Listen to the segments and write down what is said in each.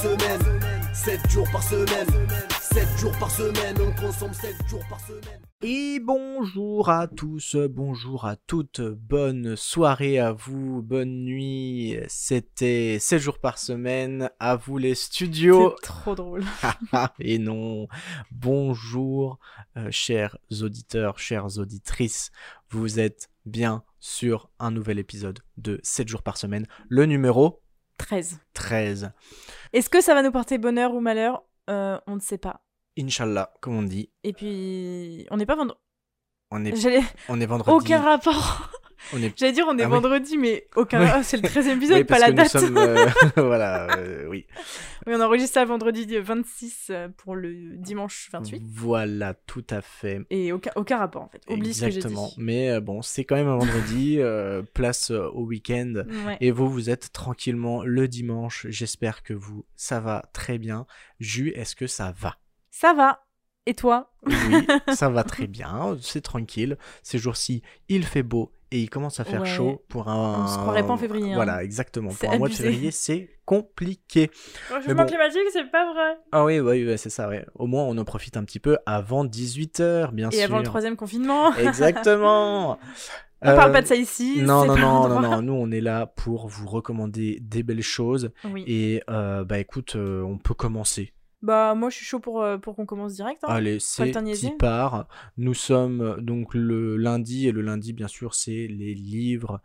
semaine, 7 jours par semaine, 7 jours par semaine, on consomme 7 jours par semaine. Et bonjour à tous, bonjour à toutes, bonne soirée à vous, bonne nuit, c'était 7 jours par semaine, à vous les studios. C'est trop drôle. Et non, bonjour chers auditeurs, chères auditrices, vous êtes bien sur un nouvel épisode de 7 jours par semaine, le numéro 13. Est-ce que ça va nous porter bonheur ou malheur ? On ne sait pas. Inch'Allah, comme on dit. Et puis, on n'est pas vendredi. On est vendredi. Aucun rapport. J'allais dire on est vendredi, mais aucun. Oui. Ah, c'est le 13e épisode, Oui, pas parce la que date. nous sommes, voilà, oui. Oui, on enregistre ça vendredi 26 pour le dimanche 28. Voilà, tout à fait. Et aucun rapport en fait. Oublie ce que j'ai dit. Exactement. Mais bon, c'est quand même un vendredi, place au week-end. Ouais. Et vous êtes tranquillement le dimanche. J'espère que ça va très bien. Jus, est-ce que ça va ? Ça va. Et toi ? Oui, ça va très bien. C'est tranquille. Ces jours-ci, il fait beau et il commence à faire chaud pour un... On se croirait pas en février. Hein. Voilà, exactement. C'est pour un mois de abusé. février, c'est compliqué. Changement climatique, c'est pas vrai. Ah oui, c'est ça, ouais. Au moins, on en profite un petit peu avant 18h, bien sûr. Et avant le 3e confinement. Exactement. On parle pas de ça ici. Non. Nous, on est là pour vous recommander des belles choses. Oui. Et écoute, on peut commencer. Bah, moi, je suis chaud pour qu'on commence direct. Hein. Allez, c'est qui part. Nous sommes donc le lundi. Et le lundi, bien sûr, c'est les livres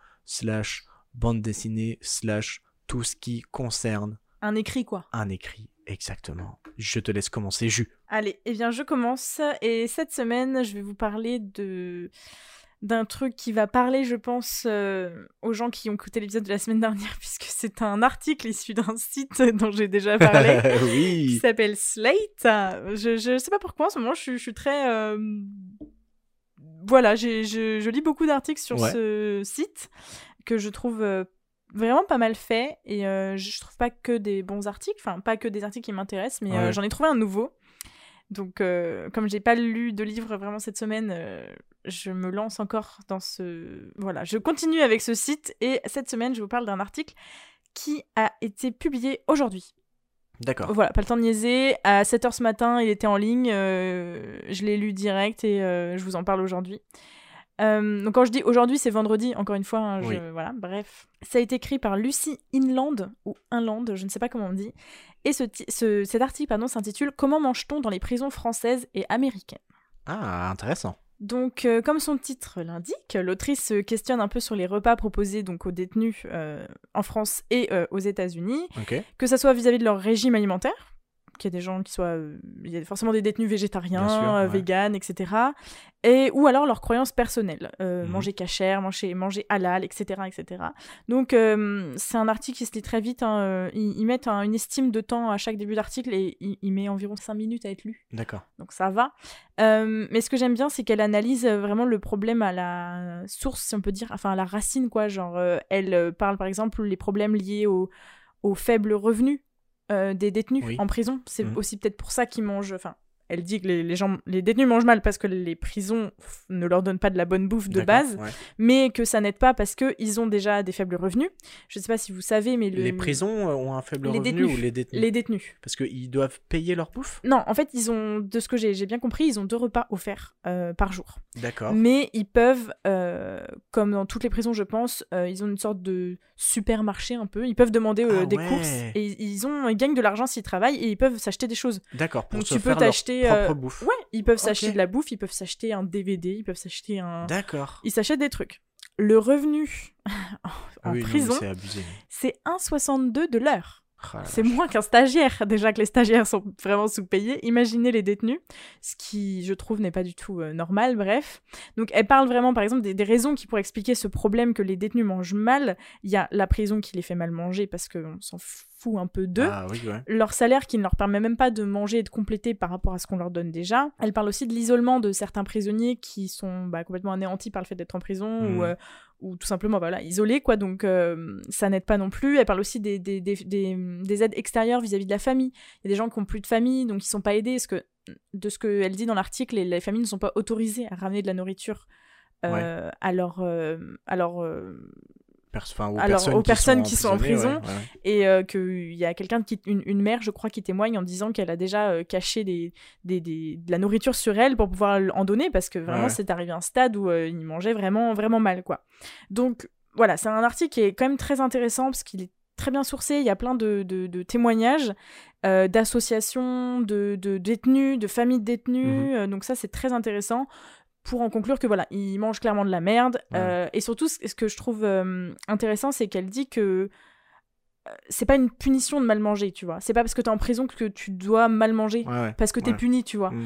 / bande dessinée / tout ce qui concerne... Un écrit, quoi. Un écrit, exactement. Je te laisse commencer, Jus. Allez, eh bien, je commence. Et cette semaine, je vais vous parler d'un truc qui va parler, je pense, aux gens qui ont écouté l'épisode de la semaine dernière, puisque c'est un article issu d'un site dont j'ai déjà parlé, oui. qui s'appelle Slate. Je sais pas pourquoi, en ce moment, je suis très... Voilà, je lis beaucoup d'articles sur ce site, que je trouve vraiment pas mal fait, et je trouve pas que des bons articles, enfin, pas que des articles qui m'intéressent, mais j'en ai trouvé un nouveau. Donc, comme j'ai pas lu de livre vraiment cette semaine, je me lance encore dans ce... Voilà, je continue avec ce site, et cette semaine, je vous parle d'un article qui a été publié aujourd'hui. D'accord. Voilà, pas le temps de niaiser. À 7h ce matin, il était en ligne, je l'ai lu direct, et je vous en parle aujourd'hui. Donc quand je dis aujourd'hui, c'est vendredi, encore une fois, hein, voilà, bref. Ça a été écrit par Lucy Inland, ou Inland, je ne sais pas comment on dit. Et cet article s'intitule « Comment mange-t-on dans les prisons françaises et américaines ?» Ah, intéressant. Donc, comme son titre l'indique, l'autrice se questionne un peu sur les repas proposés donc, aux détenus en France et aux États-Unis, que ça soit vis-à-vis de leur régime alimentaire, qu'il y a des gens qui soient... il y a forcément des détenus végétariens, véganes, etc. Ou alors leurs croyances personnelles. Manger cachère, manger halal, etc. etc. Donc, c'est un article qui se lit très vite. Hein, ils mettent une estime de temps à chaque début d'article et il met environ 5 minutes à être lu. D'accord. Donc, ça va. Mais ce que j'aime bien, c'est qu'elle analyse vraiment le problème à la source, si on peut dire, enfin à la racine, quoi. Genre, elle parle, par exemple, les problèmes liés aux faibles revenus des détenus en prison. C'est aussi peut-être pour ça qu'ils mangent... Enfin, elle dit que les détenus mangent mal parce que les prisons ne leur donnent pas de la bonne bouffe de base, mais que ça n'aide pas parce qu'ils ont déjà des faibles revenus. Je ne sais pas si vous savez, mais... Les prisons ont un faible revenu ou les détenus ? Les détenus. Parce qu'ils doivent payer leur bouffe ? Non, en fait, ils ont, de ce que j'ai bien compris, ils ont 2 repas offerts par jour. D'accord. Mais ils peuvent, comme dans toutes les prisons, je pense, ils ont une sorte de supermarché un peu. Ils peuvent demander des courses et ils gagnent de l'argent s'ils travaillent et ils peuvent s'acheter des choses. D'accord, pour donc se tu faire peux t'acheter leur propre bouffe. Ouais, ils peuvent s'acheter de la bouffe, ils peuvent s'acheter un DVD, ils peuvent s'acheter un... D'accord. Ils s'achètent des trucs. Le revenu en prison, c'est abusé. C'est 1,62 de l'heure. Oh c'est moins qu'un stagiaire, déjà que les stagiaires sont vraiment sous-payés. Imaginez les détenus, ce qui, je trouve, n'est pas du tout normal, bref. Donc, elle parle vraiment, par exemple, des raisons qui pourraient expliquer ce problème que les détenus mangent mal. Il y a la prison qui les fait mal manger parce qu'on s'en fout un peu d'eux. Leur salaire qui ne leur permet même pas de manger et de compléter par rapport à ce qu'on leur donne déjà. Elle parle aussi de l'isolement de certains prisonniers qui sont complètement anéantis par le fait d'être en prison ou tout simplement isolés, quoi. Donc, ça n'aide pas non plus. Elle parle aussi des aides extérieures vis-à-vis de la famille. Il y a des gens qui n'ont plus de famille, donc ils ne sont pas aidés. De ce qu'elle dit dans l'article, les familles ne sont pas autorisées à ramener de la nourriture à leurs aux personnes qui sont en prison. Ouais. Et qu'il y a quelqu'un, une mère, je crois, qui témoigne en disant qu'elle a déjà caché de la nourriture sur elle pour pouvoir en donner, parce que vraiment, c'est arrivé à un stade où il mangeait vraiment, vraiment mal, quoi. Donc, voilà, c'est un article qui est quand même très intéressant, parce qu'il est très bien sourcé, il y a plein de témoignages, d'associations, de détenus, de familles de détenus, donc ça, c'est très intéressant. Pour en conclure que voilà, il mange clairement de la merde. Et surtout, ce que je trouve intéressant, c'est qu'elle dit que c'est pas une punition de mal manger, tu vois. C'est pas parce que t'es en prison que tu dois mal manger, parce que t'es puni, tu vois.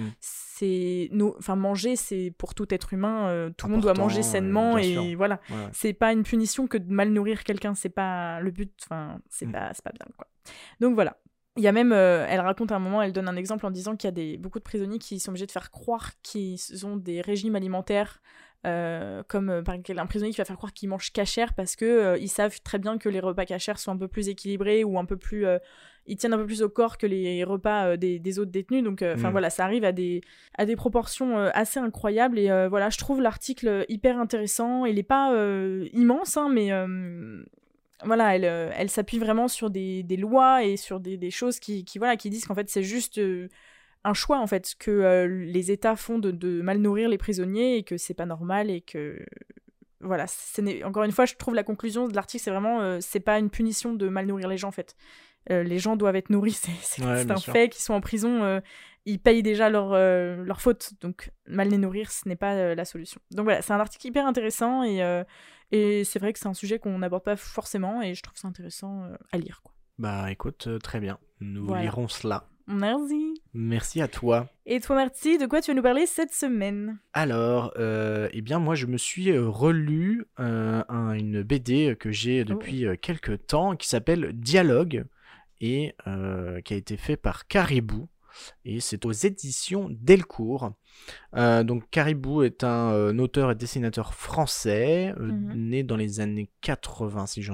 Manger, c'est pour tout être humain, tout le monde doit manger sainement, et voilà. C'est pas une punition que de mal nourrir quelqu'un, c'est pas le but, c'est pas bien, quoi. Donc voilà. Il y a même, elle raconte à un moment, elle donne un exemple en disant qu'il y a beaucoup de prisonniers qui sont obligés de faire croire qu'ils ont des régimes alimentaires, comme par exemple un prisonnier qui va faire croire qu'il mange cachère parce que ils savent très bien que les repas cachères sont un peu plus équilibrés ou un peu plus, ils tiennent un peu plus au corps que les repas des autres détenus. Donc, voilà, ça arrive à des proportions assez incroyables. Et voilà, je trouve l'article hyper intéressant. Il n'est pas immense, hein, mais voilà, elle s'appuie vraiment sur des lois et sur des choses qui disent qu'en fait c'est juste un choix en fait que les États font de mal nourrir les prisonniers et que c'est pas normal et que voilà, encore une fois je trouve la conclusion de l'article c'est vraiment c'est pas une punition de mal nourrir les gens en fait. Les gens doivent être nourris, c'est un fait qu'ils sont en prison, ils payent déjà leur faute, donc mal les nourrir ce n'est pas la solution. Donc voilà, c'est un article hyper intéressant et c'est vrai que c'est un sujet qu'on n'aborde pas forcément et je trouve ça intéressant à lire, quoi. Bah écoute, très bien, nous lirons cela. Merci. Merci à toi. Et toi Marty, de quoi tu vas nous parler cette semaine ? Alors, eh bien moi je me suis relu une BD que j'ai depuis quelques temps qui s'appelle Dialogue et qui a été fait par Caribou. Et c'est aux éditions Delcourt. Donc Caribou est un auteur et dessinateur français, né dans les années 80, si je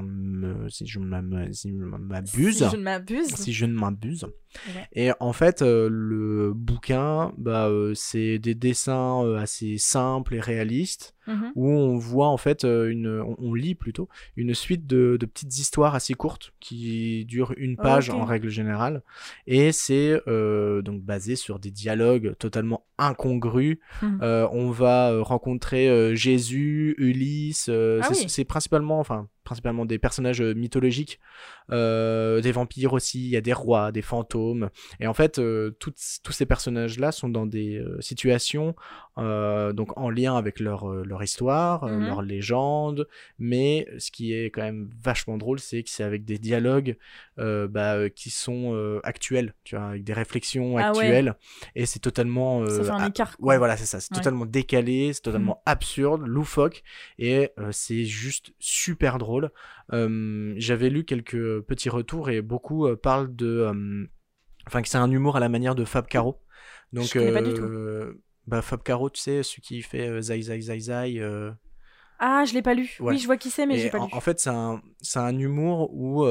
ne m'abuse. Ouais. Et en fait, le bouquin, c'est des dessins assez simples et réalistes, où on voit en fait, on lit plutôt, une suite de petites histoires assez courtes, qui durent une page en règle générale, et c'est donc basé sur des dialogues totalement incongrus. On va rencontrer Jésus, Ulysse, c'est principalement des personnages mythologiques, des vampires aussi, il y a des rois, des fantômes, et en fait tous ces personnages-là sont dans des situations donc en lien avec leur histoire, leur légende, mais ce qui est quand même vachement drôle, c'est que c'est avec des dialogues qui sont actuels, tu vois, avec des réflexions actuelles, et c'est totalement ça fait un écart, quoi. Ouais, voilà, c'est ça, c'est totalement décalé, c'est totalement absurde, loufoque, et c'est juste super drôle. J'avais lu quelques petits retours et beaucoup parlent que c'est un humour à la manière de Fab Caro. Donc, je connais pas du tout. Fab Caro, tu sais, celui qui fait Zai Zai Zai Zai. Ah, je l'ai pas lu. Ouais. Oui, je vois qui c'est, mais j'ai pas lu. En fait, c'est un humour où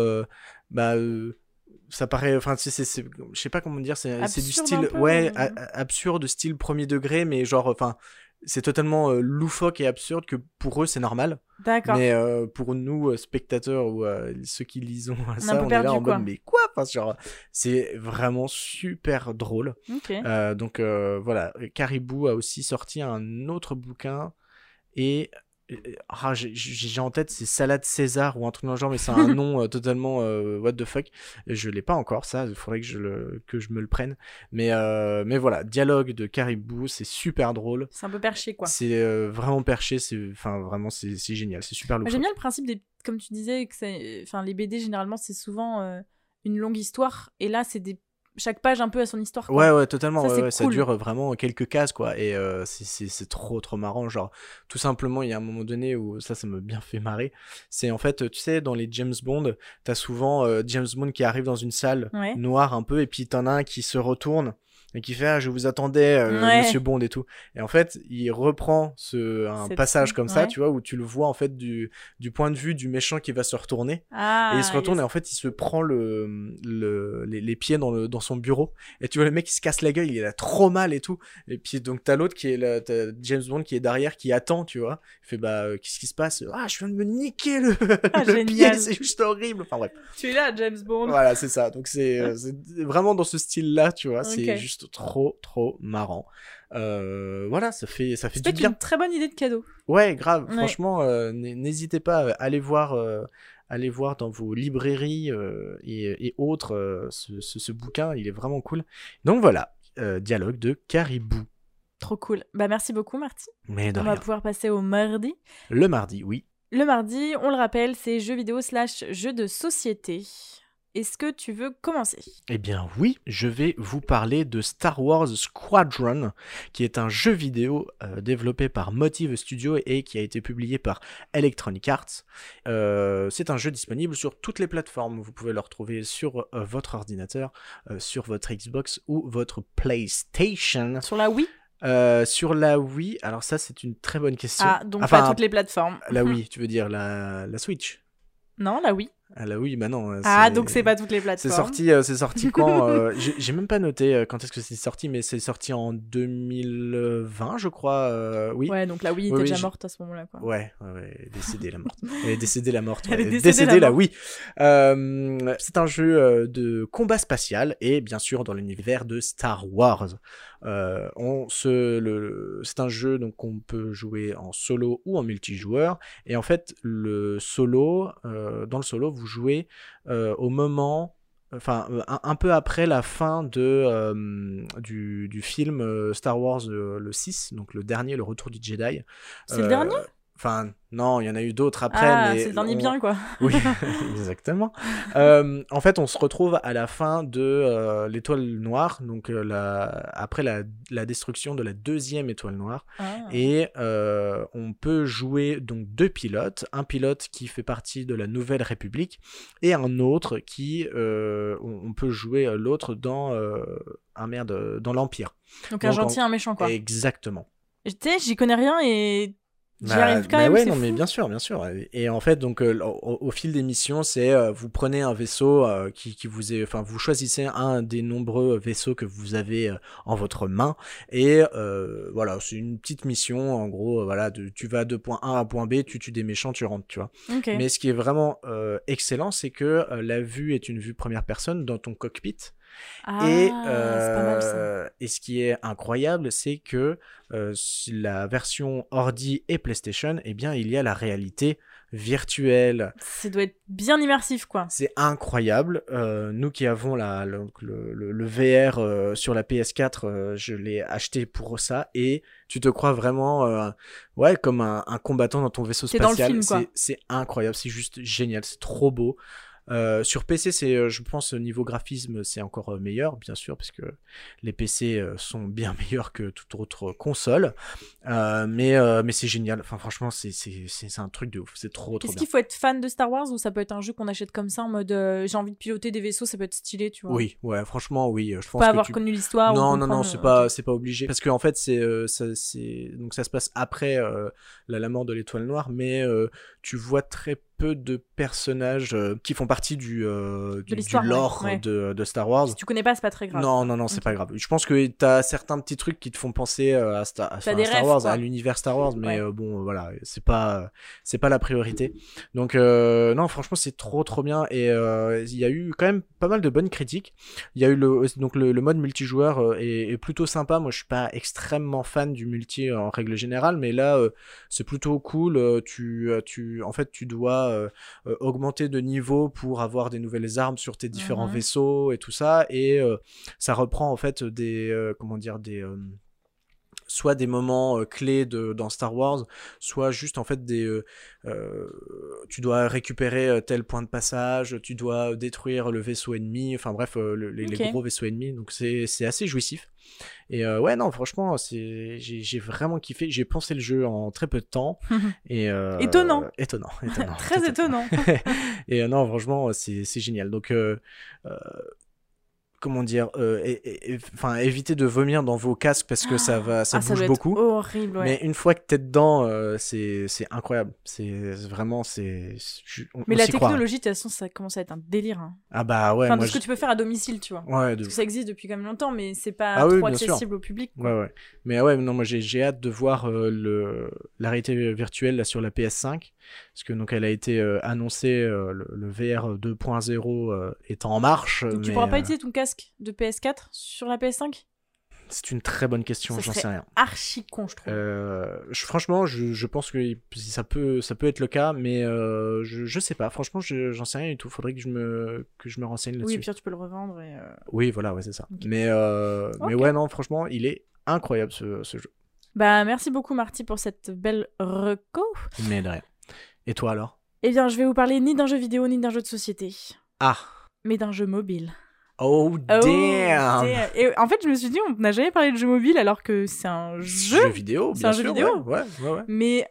ça paraît, enfin, je sais pas comment dire, c'est du style, absurde, style premier degré, mais genre, enfin, c'est totalement loufoque et absurde que pour eux c'est normal. D'accord. Mais pour nous spectateurs ou ceux qui lisons ça, on perdu, est là en quoi. mode mais quoi, enfin, genre, c'est vraiment super drôle. Okay. Donc voilà, Caribou a aussi sorti un autre bouquin et j'ai en tête c'est Salade César ou un truc dans le genre, mais c'est un nom totalement what the fuck. Je l'ai pas encore, ça, il faudrait que je me le prenne, mais voilà, Dialogue de Caribou, c'est super drôle, c'est un peu perché, quoi. c'est vraiment perché, c'est génial, c'est super loufoque. J'aime bien le principe comme tu disais que les BD généralement c'est souvent une longue histoire, et là c'est chaque page un peu à son histoire, quoi. Ouais, totalement. Ça, cool. Ça dure vraiment quelques cases, quoi. Et c'est trop marrant. Genre, tout simplement, il y a un moment donné où ça m'a bien fait marrer. C'est en fait, tu sais, dans les James Bond, t'as souvent James Bond qui arrive dans une salle noire un peu, et puis t'en as un qui se retourne et qui fait ah, je vous attendais Monsieur Bond et tout, et en fait il reprend un passage comme ça, tu vois, où tu le vois en fait du point de vue du méchant qui va se retourner, et il se retourne et en fait il se prend les pieds dans son bureau, et tu vois le mec qui se casse la gueule, il a trop mal et tout, et puis donc t'as l'autre qui est là, t'as James Bond qui est derrière, qui attend, tu vois, il fait qu'est-ce qui se passe, je viens de me niquer le pied, c'est juste horrible, enfin bref. Tu es là, James Bond. Voilà, c'est ça. Donc c'est vraiment dans ce style-là, tu vois. C'est juste trop marrant. Voilà, ça fait du bien. C'est une très bonne idée de cadeau. Ouais, grave. Ouais. Franchement, n'hésitez pas à aller voir dans vos librairies et autres ce bouquin. Il est vraiment cool. Donc voilà, Dialogue de Caribou. Trop cool. Bah merci beaucoup, Marty. Mais de rien. On va pouvoir passer au mardi. Le mardi, oui. Le mardi, on le rappelle, c'est jeux vidéo / jeux de société. Est-ce que tu veux commencer ? Eh bien oui, je vais vous parler de Star Wars Squadron, qui est un jeu vidéo développé par Motive Studio et qui a été publié par Electronic Arts. C'est un jeu disponible sur toutes les plateformes. Vous pouvez le retrouver sur votre ordinateur, sur votre Xbox ou votre PlayStation. Sur la Wii ? Sur la Wii, alors ça c'est une très bonne question. Ah, donc pas toutes les plateformes. La Wii, tu veux dire la Switch ? Non, la Wii. Ah la Wii, bah non. Donc c'est pas toutes les plateformes. C'est sorti quand j'ai même pas noté quand est-ce que c'est sorti, mais c'est sorti en 2020, je crois. Oui. Ouais, donc la Wii était déjà morte à ce moment-là, quoi. Ouais, décédée la morte. Elle est décédée la morte. Elle est décédée la Wii. C'est un jeu de combat spatial et bien sûr dans l'univers de Star Wars. C'est un jeu donc qu'on peut jouer en solo ou en multijoueur, et en fait dans le solo vous jouez au moment, enfin un peu après la fin du film Star Wars le 6, donc le dernier, le Retour du Jedi. C'est le dernier ? Enfin, non, il y en a eu d'autres après. Mais c'est le dernier bien, quoi. Oui, exactement. En fait, on se retrouve à la fin de l'étoile noire, donc après la destruction de la deuxième étoile noire. Et on peut jouer donc 2 pilotes. Un pilote qui fait partie de la Nouvelle République et un autre qui... on peut jouer l'autre dans l'Empire. Donc un gentil et un méchant, quoi. Exactement. Tu sais, j'y connais rien et... J'y arrive quand même, ouais, c'est non, fou. mais bien sûr. Et en fait, donc, au fil des missions, c'est vous prenez un vaisseau qui vous est, enfin, vous choisissez un des nombreux vaisseaux que vous avez en votre main, et voilà, c'est une petite mission, en gros, voilà, tu vas de point A à point B, tu tues des méchants, tu rentres, tu vois. Okay. Mais ce qui est vraiment excellent, c'est que la vue est une vue première personne dans ton cockpit. C'est pas mal, ça. Et ce qui est incroyable, c'est que la version ordi et PlayStation, eh bien, il y a la réalité virtuelle. Ça doit être bien immersif, quoi. C'est incroyable. Nous qui avons le VR sur la PS4, je l'ai acheté pour ça, et tu te crois vraiment comme un combattant dans ton vaisseau spatial. Dans le film, quoi. C'est incroyable, c'est juste génial, c'est trop beau. Sur PC, c'est, je pense, niveau graphisme, c'est encore meilleur, bien sûr, parce que les PC sont bien meilleurs que toute autre console. Mais c'est génial. Enfin, franchement, c'est un truc de ouf. C'est trop bien. Est-ce qu'il faut être fan de Star Wars, ou ça peut être un jeu qu'on achète comme ça en mode j'ai envie de piloter des vaisseaux, ça peut être stylé, tu vois? Oui, ouais, franchement, oui. Je pense pas avoir connu l'histoire. Non, c'est pas obligé. Parce qu'en fait, donc ça se passe après la mort de l'étoile noire, mais tu vois très peu de personnages qui font partie du lore de Star Wars. Si tu connais pas, c'est pas très grave. Non, c'est pas grave. Je pense que t'as certains petits trucs qui te font penser à Star Wars, à l'univers Star Wars, mais bon, voilà, c'est pas la priorité. Donc non, franchement, c'est trop bien, et il y a eu quand même pas mal de bonnes critiques. Il y a eu le mode multijoueur est plutôt sympa. Moi, je suis pas extrêmement fan du multi en règle générale, mais là, c'est plutôt cool. En fait, tu dois augmenter de niveau pour avoir des nouvelles armes sur tes différents vaisseaux et tout ça, et ça reprend en fait soit des moments clés dans Star Wars, soit juste en fait tu dois récupérer tel point de passage, tu dois détruire le vaisseau ennemi, enfin bref, les gros vaisseaux ennemis, donc c'est assez jouissif. Et ouais, non, franchement, j'ai vraiment kiffé. J'ai pensé le jeu en très peu de temps. Et, étonnant. Très étonnant. Et non, franchement, c'est génial. Donc comment dire, enfin, éviter de vomir dans vos casques parce que ça ça bouge doit beaucoup. être horrible, ouais. Mais une fois que t'es dedans, c'est incroyable. C'est vraiment, Mais on la s'y croit. technologie, de toute façon, ça commence à être un délire. Hein. Ah bah ouais, Enfin, moi de ce que tu peux faire à domicile, tu vois. ouais, Parce que ça existe depuis quand même longtemps, mais c'est pas Ah oui, trop bien sûr. accessible au public. Quoi. ouais. Mais ouais, non, moi j'ai hâte de voir la réalité virtuelle là sur la PS5 parce que donc elle a été annoncée, le VR 2.0 est en marche. Donc tu mais, pourras pas utiliser ton casque de PS4 sur la PS5 ? c'est une très bonne question, Ça j'en serait sais rien. archi con, je trouve. Franchement, je pense que ça peut être le cas, mais je sais pas. Franchement, j'en sais rien du tout. Faudrait que je me renseigne Oui, là-dessus. et puis tu peux le revendre. Et, Oui, voilà, ouais, c'est ça. Ok. Mais ouais, non, franchement, il est incroyable ce jeu. Bah, merci beaucoup, Marty, pour cette belle reco. Mais de rien. Et toi alors ? Eh bien, je vais vous parler ni d'un jeu vidéo, ni d'un jeu de société, Ah. mais d'un jeu mobile. Oh damn. Et en fait, je me suis dit, on n'a jamais parlé de jeu mobile alors que c'est un jeu. Vidéo, C'est bien un jeu sûr, vidéo. Ouais. Mais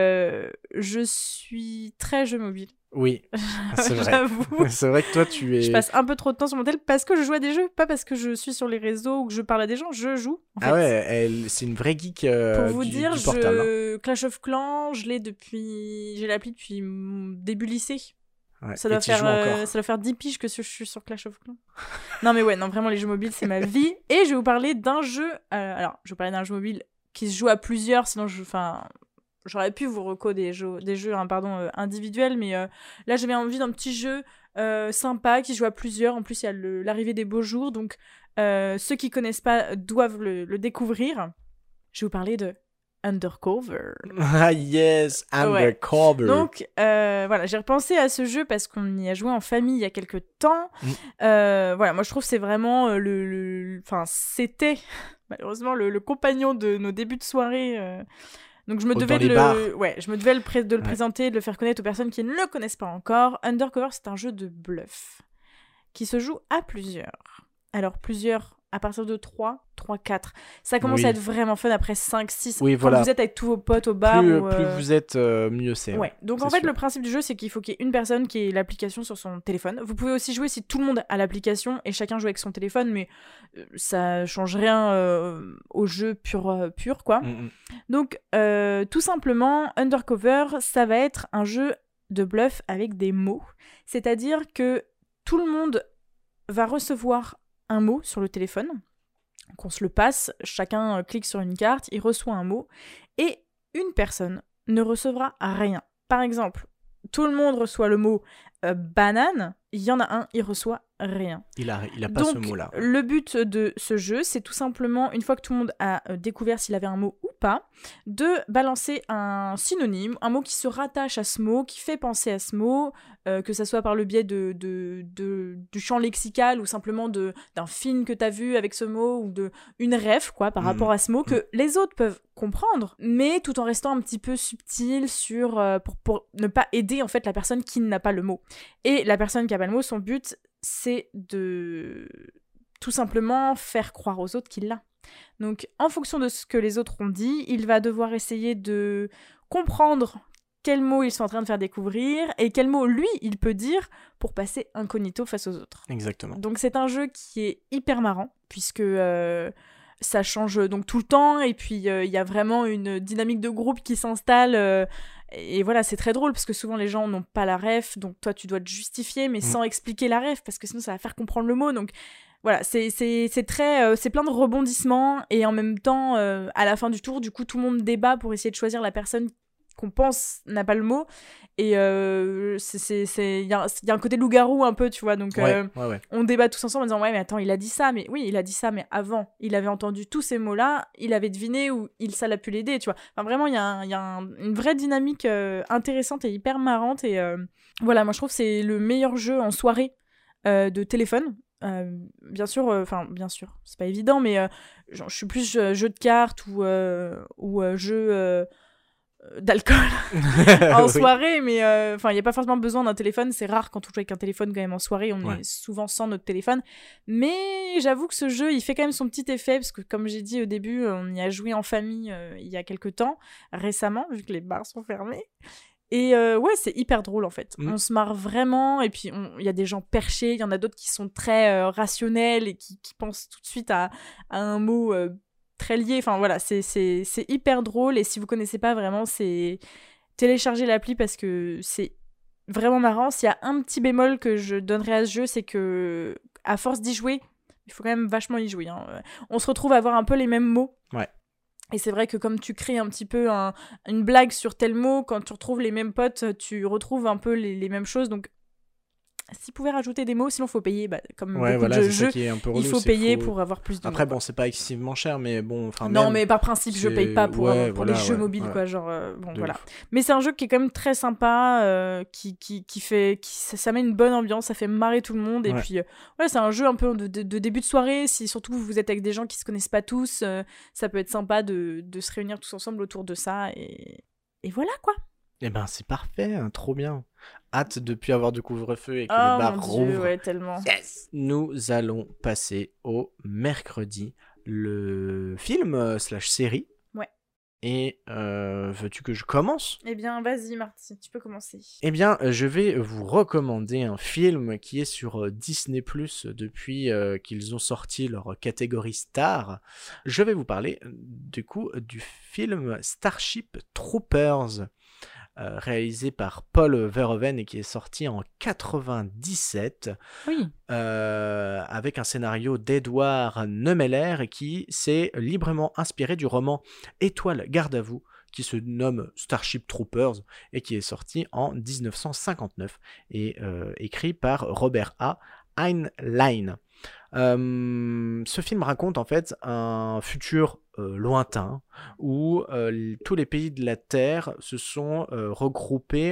je suis très jeu mobile. Oui, c'est vrai. J'avoue. C'est vrai que toi, tu es... Je passe un peu trop de temps sur mon tel parce que je joue à des jeux, pas parce que je suis sur les réseaux ou que je parle à des gens, je joue. En fait. Ah ouais, c'est une vraie geek Pour vous dire, du portable. Clash of Clans, j'ai l'appli depuis début lycée. Ouais. Ça doit faire 10 piges que je suis sur Clash of Clans. Non mais ouais, non vraiment les jeux mobiles c'est ma vie. Et je vais vous parler d'un jeu. Alors, je vais vous parler d'un jeu mobile qui se joue à plusieurs, sinon j'aurais pu vous reco des jeux individuels, mais là j'avais envie d'un petit jeu sympa qui se joue à plusieurs. En plus il y a l'arrivée des beaux jours, donc ceux qui connaissent pas doivent le découvrir. Je vais vous parler de Undercover. Ah yes, Undercover. Ouais. Donc voilà, j'ai repensé à ce jeu parce qu'on y a joué en famille il y a quelques temps. Voilà, moi je trouve que c'est vraiment c'était malheureusement le compagnon de nos débuts de soirée. Donc je me devais de le présenter, de le faire connaître aux personnes qui ne le connaissent pas encore. Undercover, c'est un jeu de bluff qui se joue à plusieurs. Alors plusieurs à partir de 3, 4. Ça commence à être vraiment fun après 5, 6. Oui, voilà. Quand vous êtes avec tous vos potes au bar. Plus vous êtes, mieux c'est. Ouais. Donc en fait, le principe du jeu, c'est qu'il faut qu'il y ait une personne qui ait l'application sur son téléphone. Vous pouvez aussi jouer si tout le monde a l'application et chacun joue avec son téléphone, mais ça change rien au jeu pur quoi. Donc tout simplement, Undercover, ça va être un jeu de bluff avec des mots. C'est-à-dire que tout le monde va recevoir un mot sur le téléphone, qu'on se le passe, chacun clique sur une carte, il reçoit un mot, et une personne ne recevra rien. Par exemple, tout le monde reçoit le mot banane, il y en a un, il reçoit rien. Il a pas ce mot-là. Le but de ce jeu, c'est tout simplement, une fois que tout le monde a découvert s'il avait un mot ou pas, de balancer un synonyme, un mot qui se rattache à ce mot, qui fait penser à ce mot, que ça soit par le biais du champ lexical ou simplement d'un film que t'as vu avec ce mot ou une ref, quoi, par rapport à ce mot, que les autres peuvent comprendre, mais tout en restant un petit peu subtil pour ne pas aider en fait la personne qui n'a pas le mot. Et la personne qui n'a pas le mot, son but, c'est de tout simplement faire croire aux autres qu'il l'a. Donc, en fonction de ce que les autres ont dit, il va devoir essayer de comprendre quels mots ils sont en train de faire découvrir et quels mots, lui, il peut dire pour passer incognito face aux autres. Exactement. Donc, c'est un jeu qui est hyper marrant, puisque ça change donc tout le temps, et puis il y a vraiment une dynamique de groupe qui s'installe, et voilà, c'est très drôle, parce que souvent les gens n'ont pas la ref, donc toi tu dois te justifier, mais sans expliquer la ref, parce que sinon ça va faire comprendre le mot, donc voilà, c'est plein de rebondissements, et en même temps, à la fin du tour, du coup tout le monde débat pour essayer de choisir la personne qu'on pense n'a pas le mot, et il y a un côté loup-garou un peu, tu vois, donc on débat tous ensemble en disant ouais mais attends, il a dit ça, mais oui il a dit ça, mais avant il avait entendu tous ces mots là, il avait deviné, ou ça l'a pu l'aider, tu vois, enfin vraiment il y a une vraie dynamique intéressante et hyper marrante, et voilà, moi je trouve que c'est le meilleur jeu en soirée de téléphone. Bien sûr, c'est pas évident, mais je suis plus jeu de cartes ou jeu d'alcool en soirée, mais il n'y a pas forcément besoin d'un téléphone, c'est rare quand on joue avec un téléphone quand même en soirée, on est souvent sans notre téléphone, mais j'avoue que ce jeu il fait quand même son petit effet, parce que comme j'ai dit au début, on y a joué en famille il y a quelques temps, récemment, vu que les bars sont fermés, Et ouais, c'est hyper drôle en fait. Mm. On se marre vraiment, et puis il y a des gens perchés, il y en a d'autres qui sont très rationnels et qui pensent tout de suite à un mot très lié. Enfin voilà, c'est hyper drôle, et si vous connaissez pas vraiment, c'est télécharger l'appli parce que c'est vraiment marrant. S'il y a un petit bémol que je donnerais à ce jeu, c'est que à force d'y jouer, il faut quand même vachement y jouer. Hein. On se retrouve à avoir un peu les mêmes mots. Ouais. Et c'est vrai que comme tu crées un petit peu une blague sur tel mot, quand tu retrouves les mêmes potes, tu retrouves un peu les mêmes choses. Donc, s'ils pouvaient rajouter des mots, sinon faut payer. Bah, comme Ouais, beaucoup voilà, de c'est ça jeux, qui est un peu il relou, faut c'est payer qu'il faut- pour avoir plus de Après, mots. bon, c'est pas excessivement cher, mais bon, enfin, Non, même, mais par principe, je paye pas pour ouais, les voilà, jeux ouais, mobiles, ouais, quoi. Genre, bon, de voilà. ouf. Mais c'est un jeu qui est quand même très sympa, ça met une bonne ambiance, ça fait marrer tout le monde. Et Ouais. puis, ouais, c'est un jeu un peu de début de soirée. Si surtout vous êtes avec des gens qui se connaissent pas tous, ça peut être sympa de se réunir tous ensemble autour de ça. Et voilà, quoi. Eh ben, c'est parfait, hein, trop bien. Hâte de plus avoir de couvre-feu et que les Oh bars mon dieu, rouvrent. ouais, tellement. Yes. Nous allons passer au mercredi, le film / série. Ouais. Et veux-tu que je commence ? Eh bien, vas-y, Marty, tu peux commencer. Eh bien, je vais vous recommander un film qui est sur Disney+, depuis qu'ils ont sorti leur catégorie star. Je vais vous parler, du coup, du film Starship Troopers, réalisé par Paul Verhoeven et qui est sorti en 97, Oui. avec un scénario d'Edouard Neumeller et qui s'est librement inspiré du roman Étoile, garde à vous, qui se nomme Starship Troopers et qui est sorti en 1959 et écrit par Robert A. Heinlein. Ce film raconte en fait un futur lointain où tous les pays de la Terre se sont regroupés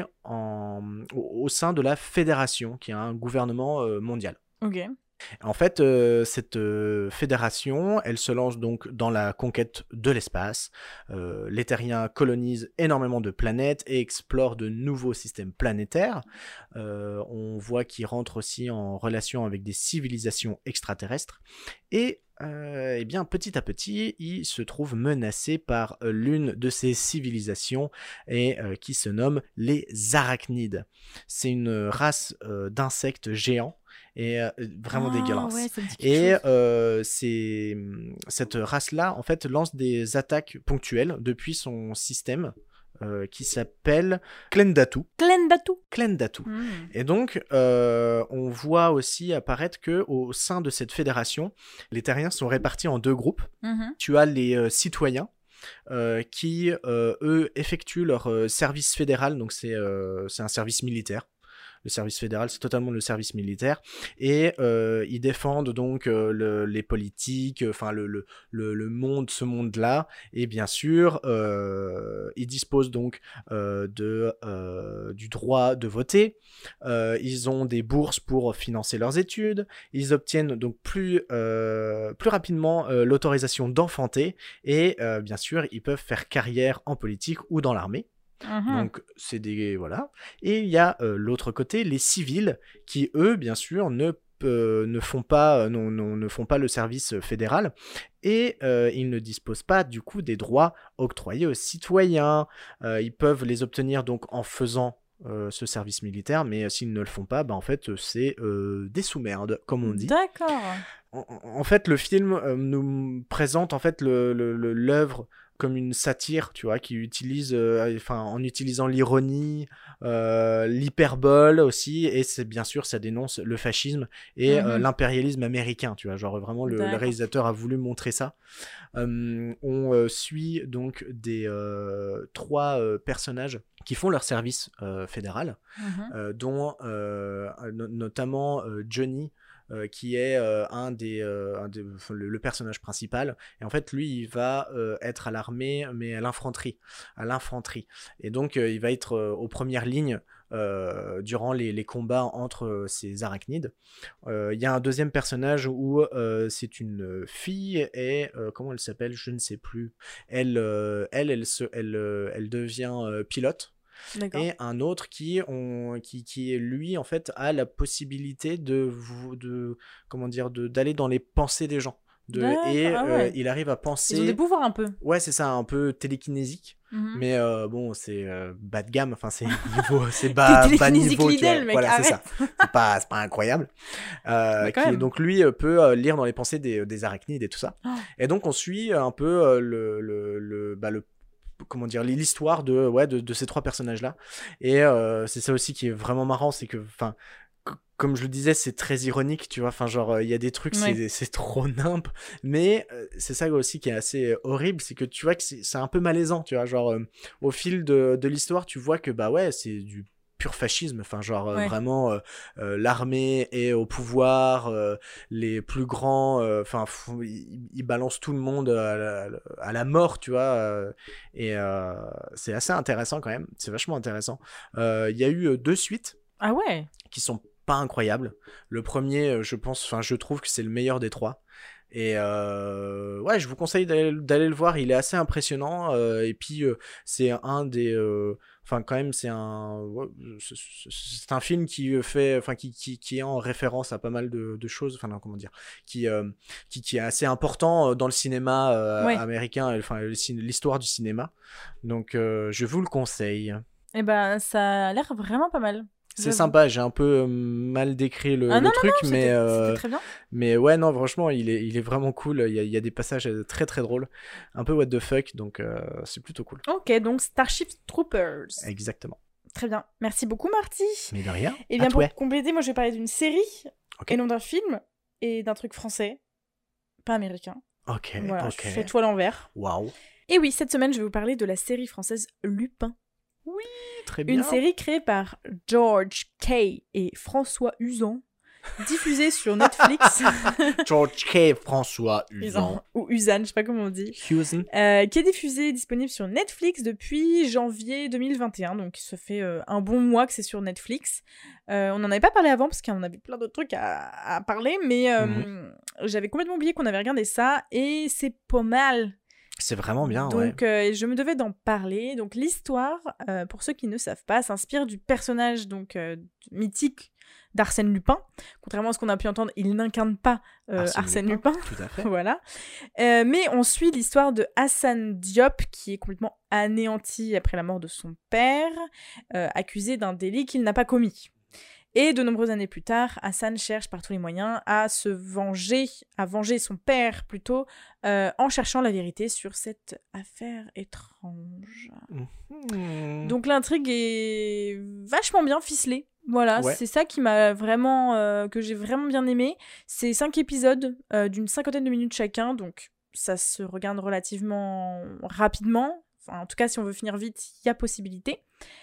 au sein de la Fédération, qui est un gouvernement mondial. Ok. En fait, cette fédération, elle se lance donc dans la conquête de l'espace. Les terriens colonisent énormément de planètes et explorent de nouveaux systèmes planétaires. On voit qu'ils rentrent aussi en relation avec des civilisations extraterrestres. Et eh bien, petit à petit, ils se trouvent menacés par l'une de ces civilisations et qui se nomme les arachnides. C'est une race d'insectes géants et vraiment dégueulasse. Ouais, ça me dit quelque chose. Et cette race-là, en fait, lance des attaques ponctuelles depuis son système qui s'appelle Klendatu. Klendatu. Et donc, on voit aussi apparaître que au sein de cette fédération, les terriens sont répartis en deux groupes. Tu as les citoyens qui, eux, effectuent leur service fédéral, donc c'est un service militaire. Le service fédéral, c'est totalement le service militaire. Et ils défendent donc les politiques, enfin le monde, ce monde-là. Et bien sûr, ils disposent donc du droit de voter. Ils ont des bourses pour financer leurs études. Ils obtiennent donc plus rapidement l'autorisation d'enfanter. Et bien sûr, ils peuvent faire carrière en politique ou dans l'armée. Donc c'est des voilà. Et il y a l'autre côté, les civils qui eux bien sûr ne font pas le service fédéral et ils ne disposent pas du coup des droits octroyés aux citoyens. Ils peuvent les obtenir donc en faisant ce service militaire, mais s'ils ne le font pas, bah en fait c'est des sous-merdes comme on dit. D'accord. En fait, le film nous présente en fait l'œuvre comme une satire, tu vois, qui utilise, en utilisant l'ironie, l'hyperbole aussi, et c'est bien sûr, ça dénonce le fascisme et l'impérialisme américain, tu vois, genre vraiment le réalisateur a voulu montrer ça. On suit donc des 3 personnages qui font leur service fédéral, dont notamment Johnny, qui est le personnage principal. Et en fait, lui, il va être à l'armée, mais à l'infanterie. Et donc, il va être aux premières lignes durant les combats entre ces arachnides. Il y a un deuxième personnage où c'est une fille et comment elle s'appelle, je ne sais plus. Elle devient pilote. D'accord. Et un autre qui lui en fait a la possibilité d'aller dans les pensées des gens. Il arrive à penser. Ils ont des pouvoirs un peu. Ouais, c'est ça, un peu télékinésique. Mais bon, c'est bas de gamme, enfin, c'est bas niveau. Lidl, mec, voilà, arrête. c'est ça. C'est pas incroyable. Donc, lui peut lire dans les pensées des arachnides et tout ça. Oh. Et donc, on suit un peu comment dire, l'histoire de ces 3 personnages-là. Et c'est ça aussi qui est vraiment marrant, c'est que, enfin, comme je le disais, c'est très ironique, tu vois, enfin, genre, il y a des trucs, c'est trop nimp, mais c'est ça aussi qui est assez horrible, c'est que tu vois que c'est un peu malaisant, tu vois, genre, au fil de l'histoire, tu vois que, bah ouais, c'est du pur fascisme, enfin, genre, vraiment, l'armée est au pouvoir, les plus grands, enfin, ils balancent tout le monde à la mort, tu vois, et c'est assez intéressant quand même, c'est vachement intéressant. Il y a eu 2 suites. Ah ouais. Qui sont pas incroyables. Le premier, je trouve que c'est le meilleur des 3. Et ouais, je vous conseille d'aller le voir. Il est assez impressionnant. Et puis c'est un des, enfin quand même c'est un film qui fait, enfin qui est en référence à pas mal de choses. Enfin non, comment dire, qui est assez important dans le cinéma américain. Enfin l'histoire du cinéma. Donc je vous le conseille. Et ben ça a l'air vraiment pas mal. C'est sympa, j'ai un peu mal décrit le truc, mais c'était très bien. Mais ouais, non, franchement, il est vraiment cool. Il y a des passages très très drôles, un peu what the fuck, donc c'est plutôt cool. Ok, donc Starship Troopers. Exactement. Très bien, merci beaucoup Marty. Mais de rien. Et bien pour compléter, moi je vais parler d'une série et non d'un film et d'un truc français, pas américain. Ok. Voilà, je fais tout à l'envers. Waouh. Et oui, cette semaine je vais vous parler de la série française Lupin. Oui, très bien. Une série créée par George Kay et François Uzan, diffusée sur Netflix. George Kay, François Uzan. Ou Uzan, je sais pas comment on dit. Qui est diffusée et disponible sur Netflix depuis janvier 2021. Donc ça fait un bon mois que c'est sur Netflix. On n'en avait pas parlé avant parce qu'on avait plein d'autres trucs à parler. Mais j'avais complètement oublié qu'on avait regardé ça. Et c'est pas mal. C'est vraiment bien, donc, je me devais d'en parler. Donc, l'histoire, pour ceux qui ne savent pas, s'inspire du personnage mythique d'Arsène Lupin. Contrairement à ce qu'on a pu entendre, il n'incarne pas Arsène Lupin. Tout à fait. Voilà. Mais on suit l'histoire de Hassan Diop, qui est complètement anéanti après la mort de son père, accusé d'un délit qu'il n'a pas commis. Et de nombreuses années plus tard, Hassan cherche par tous les moyens à venger son père plutôt, en cherchant la vérité sur cette affaire étrange. Donc l'intrigue est vachement bien ficelée. Voilà, c'est ça qui m'a vraiment, que j'ai vraiment bien aimé. C'est 5 épisodes d'une 50aine de minutes chacun, donc ça se regarde relativement rapidement. Enfin, en tout cas, si on veut finir vite, il y a possibilité.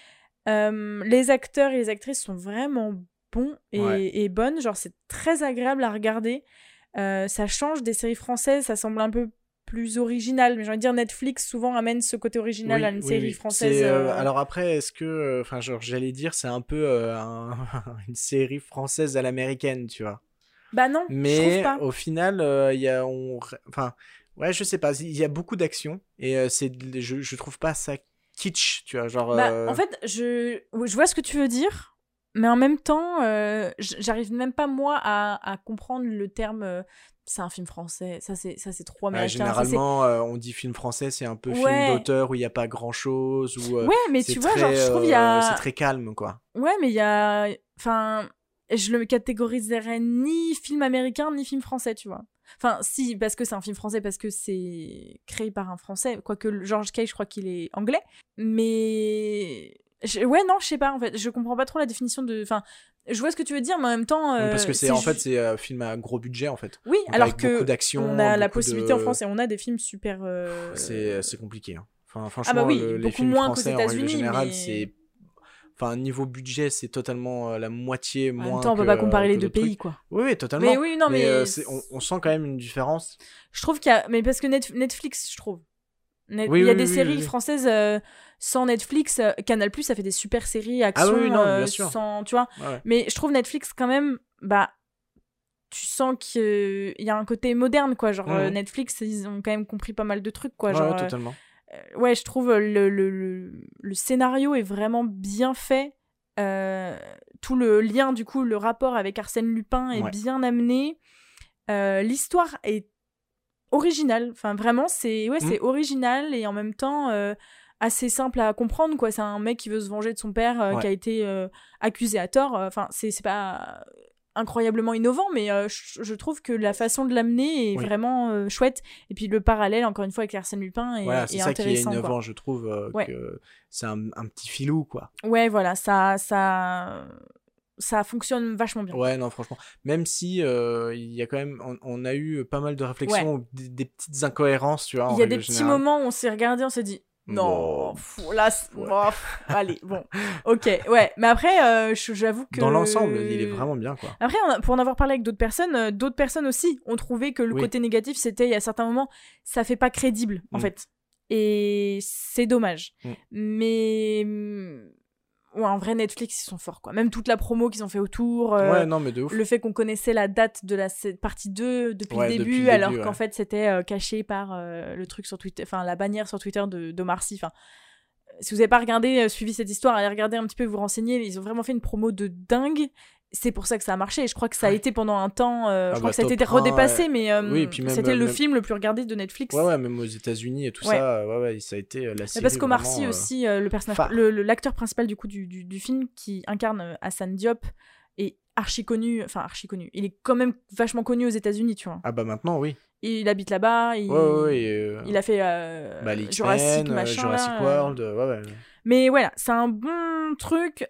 Les acteurs et les actrices sont vraiment bons et bonnes, genre c'est très agréable à regarder, ça change des séries françaises, ça semble un peu plus original, mais j'ai envie de dire Netflix souvent amène ce côté original à une série française. Alors après, est-ce que, enfin genre j'allais dire c'est un peu une série française à l'américaine, tu vois. Bah non, mais je trouve pas. Au final, enfin ouais, je sais pas, il y a beaucoup d'action et je trouve pas ça kitsch, tu vois, genre... en fait, je vois ce que tu veux dire, mais en même temps, j'arrive même pas, moi, à comprendre le terme... c'est un film français, ça c'est trop américain. Généralement, on dit film français, c'est un peu film d'auteur où il n'y a pas grand-chose, où mais tu vois, genre, je trouve il y a... c'est très calme, quoi. Ouais, mais il y a... Enfin, je le catégoriserais ni film américain, ni film français, tu vois. Enfin, si, parce que c'est un film français, parce que c'est créé par un Français, quoique George Kay, je crois qu'il est anglais. Mais... ouais, non, je sais pas, en fait. Je comprends pas trop la définition de... Enfin, je vois ce que tu veux dire, mais en même temps... parce que c'est un film à gros budget, en fait. Oui, donc, alors que on a la possibilité en France et on a des films super... C'est compliqué, hein. Enfin, franchement, ah bah oui, les beaucoup films moins français, qu'aux États-Unis, en règle générale, mais... c'est... Enfin, niveau budget, c'est totalement la moitié moins. En même temps, on peut pas comparer les deux pays, quoi. Oui, totalement. Mais oui, non, mais on sent quand même une différence. Je trouve qu'il y a, mais parce que Netflix, je trouve. Il y a des séries françaises sans Netflix. Canal+, ça fait des super séries action bien sûr. sans, tu vois. Ouais. Mais je trouve Netflix quand même, bah, tu sens qu'il y a un côté moderne, quoi. Genre Netflix, ils ont quand même compris pas mal de trucs, quoi. Genre, totalement. Ouais, je trouve le scénario est vraiment bien fait. Tout le lien, du coup, le rapport avec Arsène Lupin est bien amené. L'histoire est original. Enfin, vraiment, c'est original et en même temps assez simple à comprendre, quoi. C'est un mec qui veut se venger de son père qui a été accusé à tort. Enfin, c'est pas incroyablement innovant, mais je trouve que la façon de l'amener est vraiment chouette. Et puis le parallèle, encore une fois, avec Arsène Lupin est c'est ça intéressant. qui est innovant, quoi. je trouve, que c'est un petit filou, quoi. Ouais, voilà, ça fonctionne vachement bien. Ouais, non, franchement. Même si il y a quand même... On a eu pas mal de réflexions, des petites incohérences, tu vois. Il y a des petits moments où on s'est regardé, on s'est dit... Non, là, allez, bon, ok, ouais, mais après, j'avoue que... Dans l'ensemble, il est vraiment bien, quoi. Après, pour en avoir parlé avec d'autres personnes aussi ont trouvé que le côté négatif, c'était, il y a certains moments, ça fait pas crédible, en fait. Et c'est dommage. Mais... Ouais, en vrai, Netflix, ils sont forts, quoi. Même toute la promo qu'ils ont fait autour. Non, mais de ouf. Le fait qu'on connaissait la date de la partie 2 depuis le début, alors qu'en fait, c'était caché par le truc sur Twitter, enfin, la bannière sur Twitter d'Omar Sy. Enfin, si vous n'avez pas suivi cette histoire, allez regarder un petit peu, vous renseigner. Ils ont vraiment fait une promo de dingue. C'est pour ça que ça a marché. Et je crois que ça a été pendant un temps. Je crois que ça a été redépassé, mais c'était le film le plus regardé de Netflix. Ouais, même aux États-Unis et tout ça. Ça a été la série. Parce qu'Omar Sy aussi, le personnage, l'acteur principal du coup du film qui incarne Hassan Diop est archi connu. Il est quand même vachement connu aux États-Unis, tu vois. Ah bah maintenant, oui. Il habite là-bas. Il a fait Jurassic World. Mais voilà, c'est un bon truc.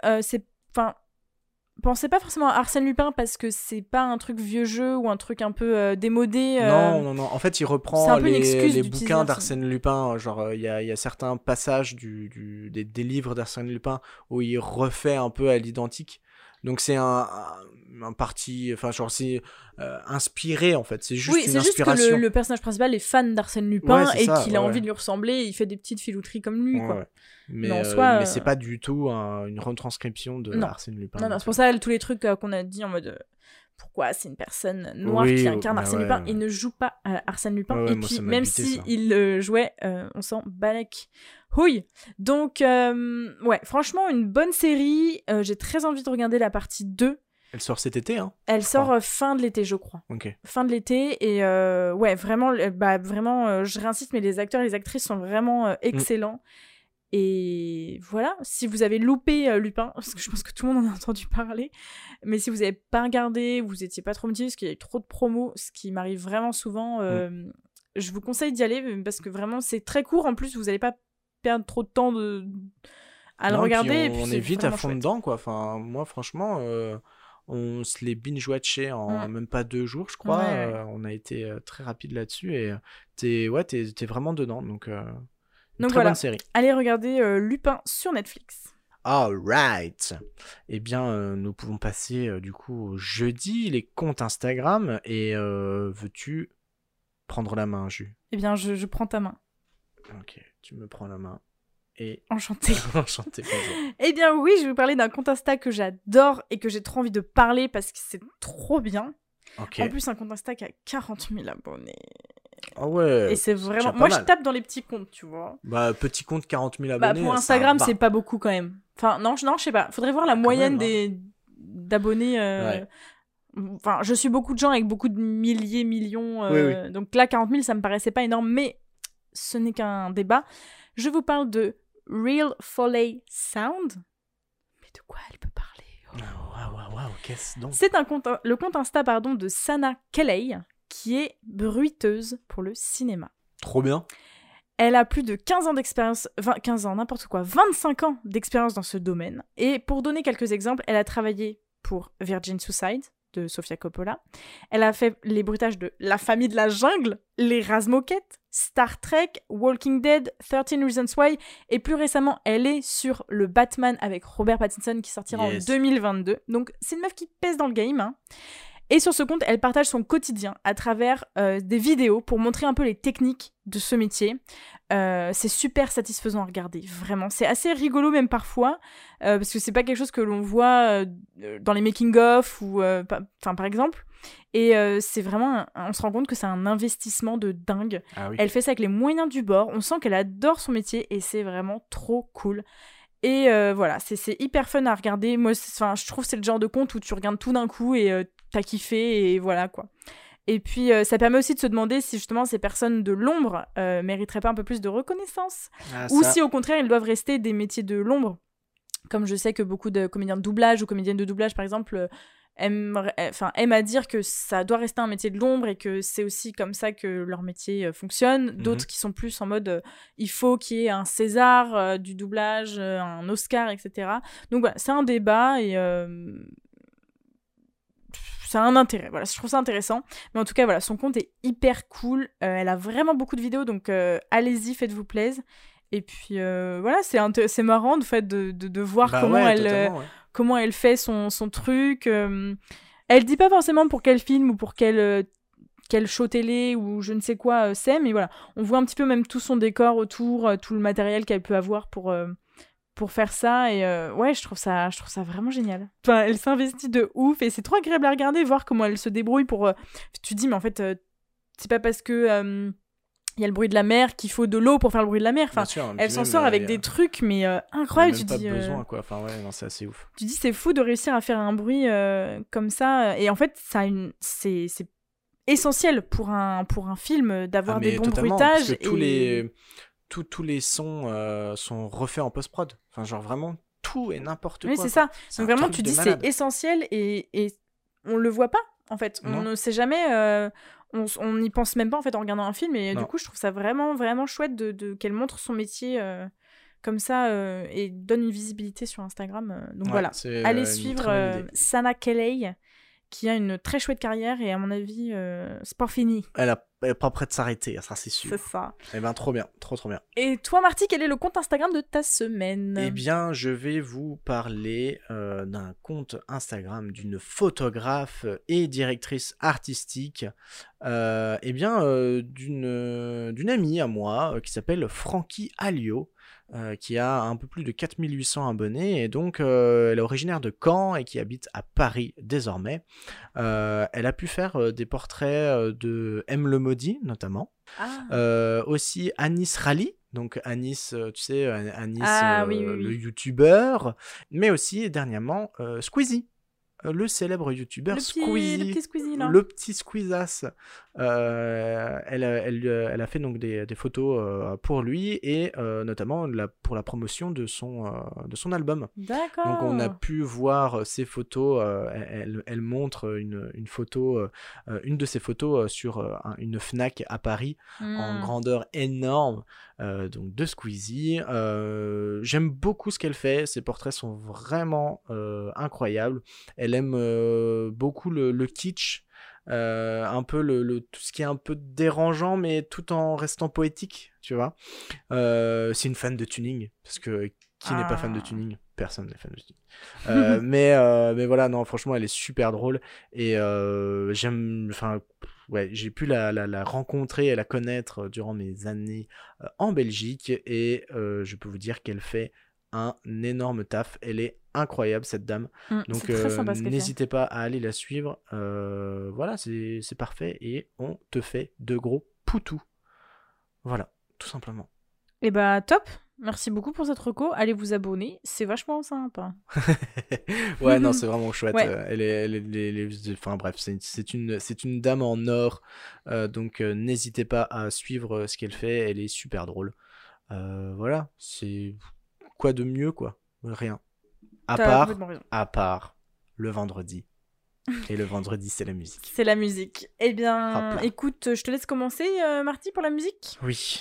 Pensez pas forcément à Arsène Lupin parce que c'est pas un truc vieux jeu ou un truc un peu démodé. Non. En fait, il reprend les bouquins d'Arsène Lupin. Genre, il y a certains passages des livres d'Arsène Lupin où il refait un peu à l'identique. Donc c'est un parti, enfin genre c'est inspiré en fait, c'est juste une inspiration. Oui, c'est juste que le personnage principal est fan d'Arsène Lupin et qu'il a envie de lui ressembler, et il fait des petites filouteries comme lui, quoi. Mais en soi, mais c'est pas du tout une retranscription de Arsène Lupin. Non, c'est pour ça tous les trucs qu'on a dit en mode pourquoi c'est une personne noire qui incarne Arsène Lupin, il ne joue pas Arsène Lupin, et puis même si il jouait, on s'en balèque. Oui, donc franchement une bonne série, j'ai très envie de regarder la partie 2. Elle sort cet été, hein. Elle sort fin de l'été, je crois. Ok. Fin de l'été, et vraiment, je réinsiste, mais les acteurs et les actrices sont vraiment excellents. Et voilà, si vous avez loupé Lupin, parce que je pense que tout le monde en a entendu parler, mais si vous n'avez pas regardé, vous n'étiez pas trop motivé parce qu'il y a eu trop de promos, ce qui m'arrive vraiment souvent, je vous conseille d'y aller parce que vraiment c'est très court, en plus vous n'allez pas perdre trop de temps à le regarder. On est vite à fond dedans, quoi. Enfin, moi franchement, on se les binge-watchés en même pas 2 jours, je crois. On a été très rapide là-dessus et t'es vraiment dedans, donc très bonne série. Allez regarder Lupin sur Netflix. Alright. Eh bien, nous pouvons passer du coup au jeudi, les comptes Instagram. Et veux-tu prendre la main, Jus ? Eh bien, je prends ta main. Ok, tu me prends la main. Et... Enchantée. Enchantée, bonjour. Eh bien oui, je vais vous parler d'un compte Insta que j'adore et que j'ai trop envie de parler parce que c'est trop bien. Okay. En plus, un compte Insta qui a 40 000 abonnés. Ah ouais. Et c'est vraiment... Moi, je tape dans les petits comptes, tu vois. Bah, petit compte, 40 000 abonnés. Pour Instagram, c'est pas beaucoup quand même. Enfin, non, je sais pas. Faudrait voir la moyenne d'abonnés. Enfin, je suis beaucoup de gens avec beaucoup de millions. Oui. Donc là, 40 000, ça me paraissait pas énorme, mais ce n'est qu'un débat. Je vous parle de Real Foley Sound. Mais de quoi elle peut parler? Waouh, qu'est-ce donc? C'est le compte Insta de Sana Kelly, qui est bruiteuse pour le cinéma. Trop bien. Elle a plus de 15 ans d'expérience, 15 ans, n'importe quoi, 25 ans d'expérience dans ce domaine. Et pour donner quelques exemples, elle a travaillé pour Virgin Suicide de Sofia Coppola. Elle a fait les bruitages de La Famille de la Jungle, Les Razmoquettes, Star Trek, Walking Dead, 13 Reasons Why, et plus récemment, elle est sur le Batman avec Robert Pattinson qui sortira en 2022. Donc, c'est une meuf qui pèse dans le game, hein. Et sur ce compte, elle partage son quotidien à travers des vidéos pour montrer un peu les techniques de ce métier. C'est super satisfaisant à regarder, vraiment. C'est assez rigolo même parfois, parce que c'est pas quelque chose que l'on voit dans les making-of, ou par exemple. Et c'est vraiment... on se rend compte que c'est un investissement de dingue. Ah oui. Elle fait ça avec les moyens du bord. On sent qu'elle adore son métier et c'est vraiment trop cool. Et voilà, c'est hyper fun à regarder. Moi, je trouve que c'est le genre de compte où tu regardes tout d'un coup et t'as kiffé et voilà quoi. Et puis, ça permet aussi de se demander si justement ces personnes de l'ombre mériteraient pas un peu plus de reconnaissance. Ou si au contraire, ils doivent rester des métiers de l'ombre. Comme je sais que beaucoup de comédiens de doublage ou comédiennes de doublage, par exemple, aiment à dire que ça doit rester un métier de l'ombre et que c'est aussi comme ça que leur métier fonctionne. D'autres qui sont plus en mode il faut qu'il y ait un César du doublage, un Oscar, etc. Donc voilà, c'est un débat et ça a un intérêt. Voilà, je trouve ça intéressant. Mais en tout cas, voilà, son compte est hyper cool. Elle a vraiment beaucoup de vidéos, donc allez-y, faites-vous plaisir. Et puis voilà, c'est marrant de, fait, de voir comment elle fait son truc. Elle dit pas forcément pour quel film ou pour quel show télé ou je ne sais quoi c'est, mais voilà, on voit un petit peu même tout son décor autour, tout le matériel qu'elle peut avoir pour faire ça. Et ouais, je trouve ça vraiment génial. Enfin, elle s'investit de ouf et c'est trop agréable à regarder, voir comment elle se débrouille pour... Tu te dis, mais en fait, c'est pas parce que... il y a le bruit de la mer qu'il faut de l'eau pour faire le bruit de la mer. Enfin, elle s'en sort avec des trucs, mais incroyables. Tu dis, pas besoin, quoi. Enfin, ouais, non, c'est assez ouf. Tu dis, c'est fou de réussir à faire un bruit comme ça. Et en fait, c'est essentiel pour un film d'avoir des bons bruitages. Parce que tous les sons sont refaits en post-prod. Enfin, genre vraiment, tout et n'importe quoi. Oui, c'est ça. Donc vraiment, tu dis, c'est essentiel et on le voit pas, en fait. On ne sait jamais... On n'y pense même pas en fait en regardant un film et du coup je trouve ça vraiment vraiment chouette qu'elle montre son métier comme ça et donne une visibilité sur Instagram. Donc voilà, allez suivre Sana Kelly qui a une très chouette carrière et à mon avis c'est pas fini. Elle est pas prête de s'arrêter, ça c'est sûr. C'est ça. Eh ben trop bien, trop bien. Et toi Marty, quel est le compte Instagram de ta semaine ? Eh bien je vais vous parler d'un compte Instagram d'une photographe et directrice artistique, d'une amie à moi qui s'appelle Frankie Alliot. Qui a un peu plus de 4800 abonnés et donc elle est originaire de Caen et qui habite à Paris désormais. Elle a pu faire des portraits de M. Le Maudit notamment. Aussi Anis Rally, donc Anis, tu sais, Anis oui. le youtubeur, mais aussi dernièrement Squeezie. Le célèbre youtubeur Squeezie, le petit Squeezie là. Le petit Squeezasse. Elle a fait donc des photos pour lui et notamment pour la promotion de son album. D'accord. Donc on a pu voir ses photos. Elle montre une photo, une de ses photos sur une Fnac à Paris en grandeur énorme. Donc de Squeezie. J'aime beaucoup ce qu'elle fait. Ses portraits sont vraiment incroyables. Elle aime beaucoup le kitsch, un peu tout ce qui est un peu dérangeant, mais tout en restant poétique, tu vois. C'est une fan de tuning, parce que qui n'est pas fan de tuning ? Personne n'est fan de tuning. Mais voilà, non, franchement, elle est super drôle et j'aime, enfin, ouais, j'ai pu la rencontrer et la connaître durant mes années en Belgique et je peux vous dire qu'elle fait un énorme taf. Elle est incroyable cette dame. Donc n'hésitez pas à aller la suivre. Voilà, c'est parfait et on te fait de gros poutous. Voilà, tout simplement. Et bah top. Merci beaucoup pour cette reco. Allez vous abonner, c'est vachement sympa. Ouais, non, c'est vraiment chouette. Ouais. Elle est, enfin bref, c'est une dame en or. Donc n'hésitez pas à suivre ce qu'elle fait. Elle est super drôle. Voilà, c'est quoi de mieux, quoi. Rien. À part le vendredi. Et le vendredi, c'est la musique. C'est la musique. Eh bien, écoute, je te laisse commencer, Marty, pour la musique. Oui.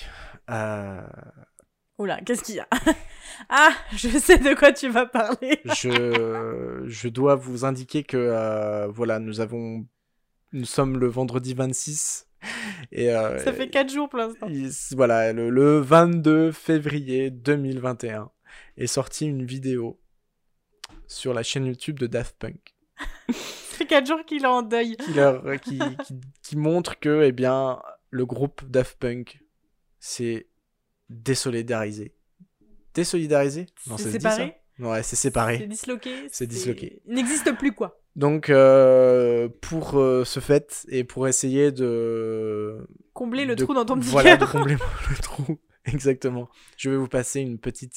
Oula, qu'est-ce qu'il y a ? Ah, je sais de quoi tu vas parler. Je dois vous indiquer que, voilà, nous sommes le vendredi 26. Et, ça fait 4 jours pour l'instant. Voilà, le 22 février 2021 est sortie une vidéo sur la chaîne YouTube de Daft Punk. Ça fait 4 jours qu'il est en deuil. Qui montre que, eh bien, le groupe Daft Punk s'est désolidarisé. Désolidarisé ? Non, c'est séparé ? Ouais, c'est séparé. C'est disloqué. C'est disloqué. Il n'existe plus, quoi. Donc, pour ce fait, et pour essayer de... Combler le trou dans ton petit Voilà, cœur. de combler le trou, exactement. Je vais vous passer une petite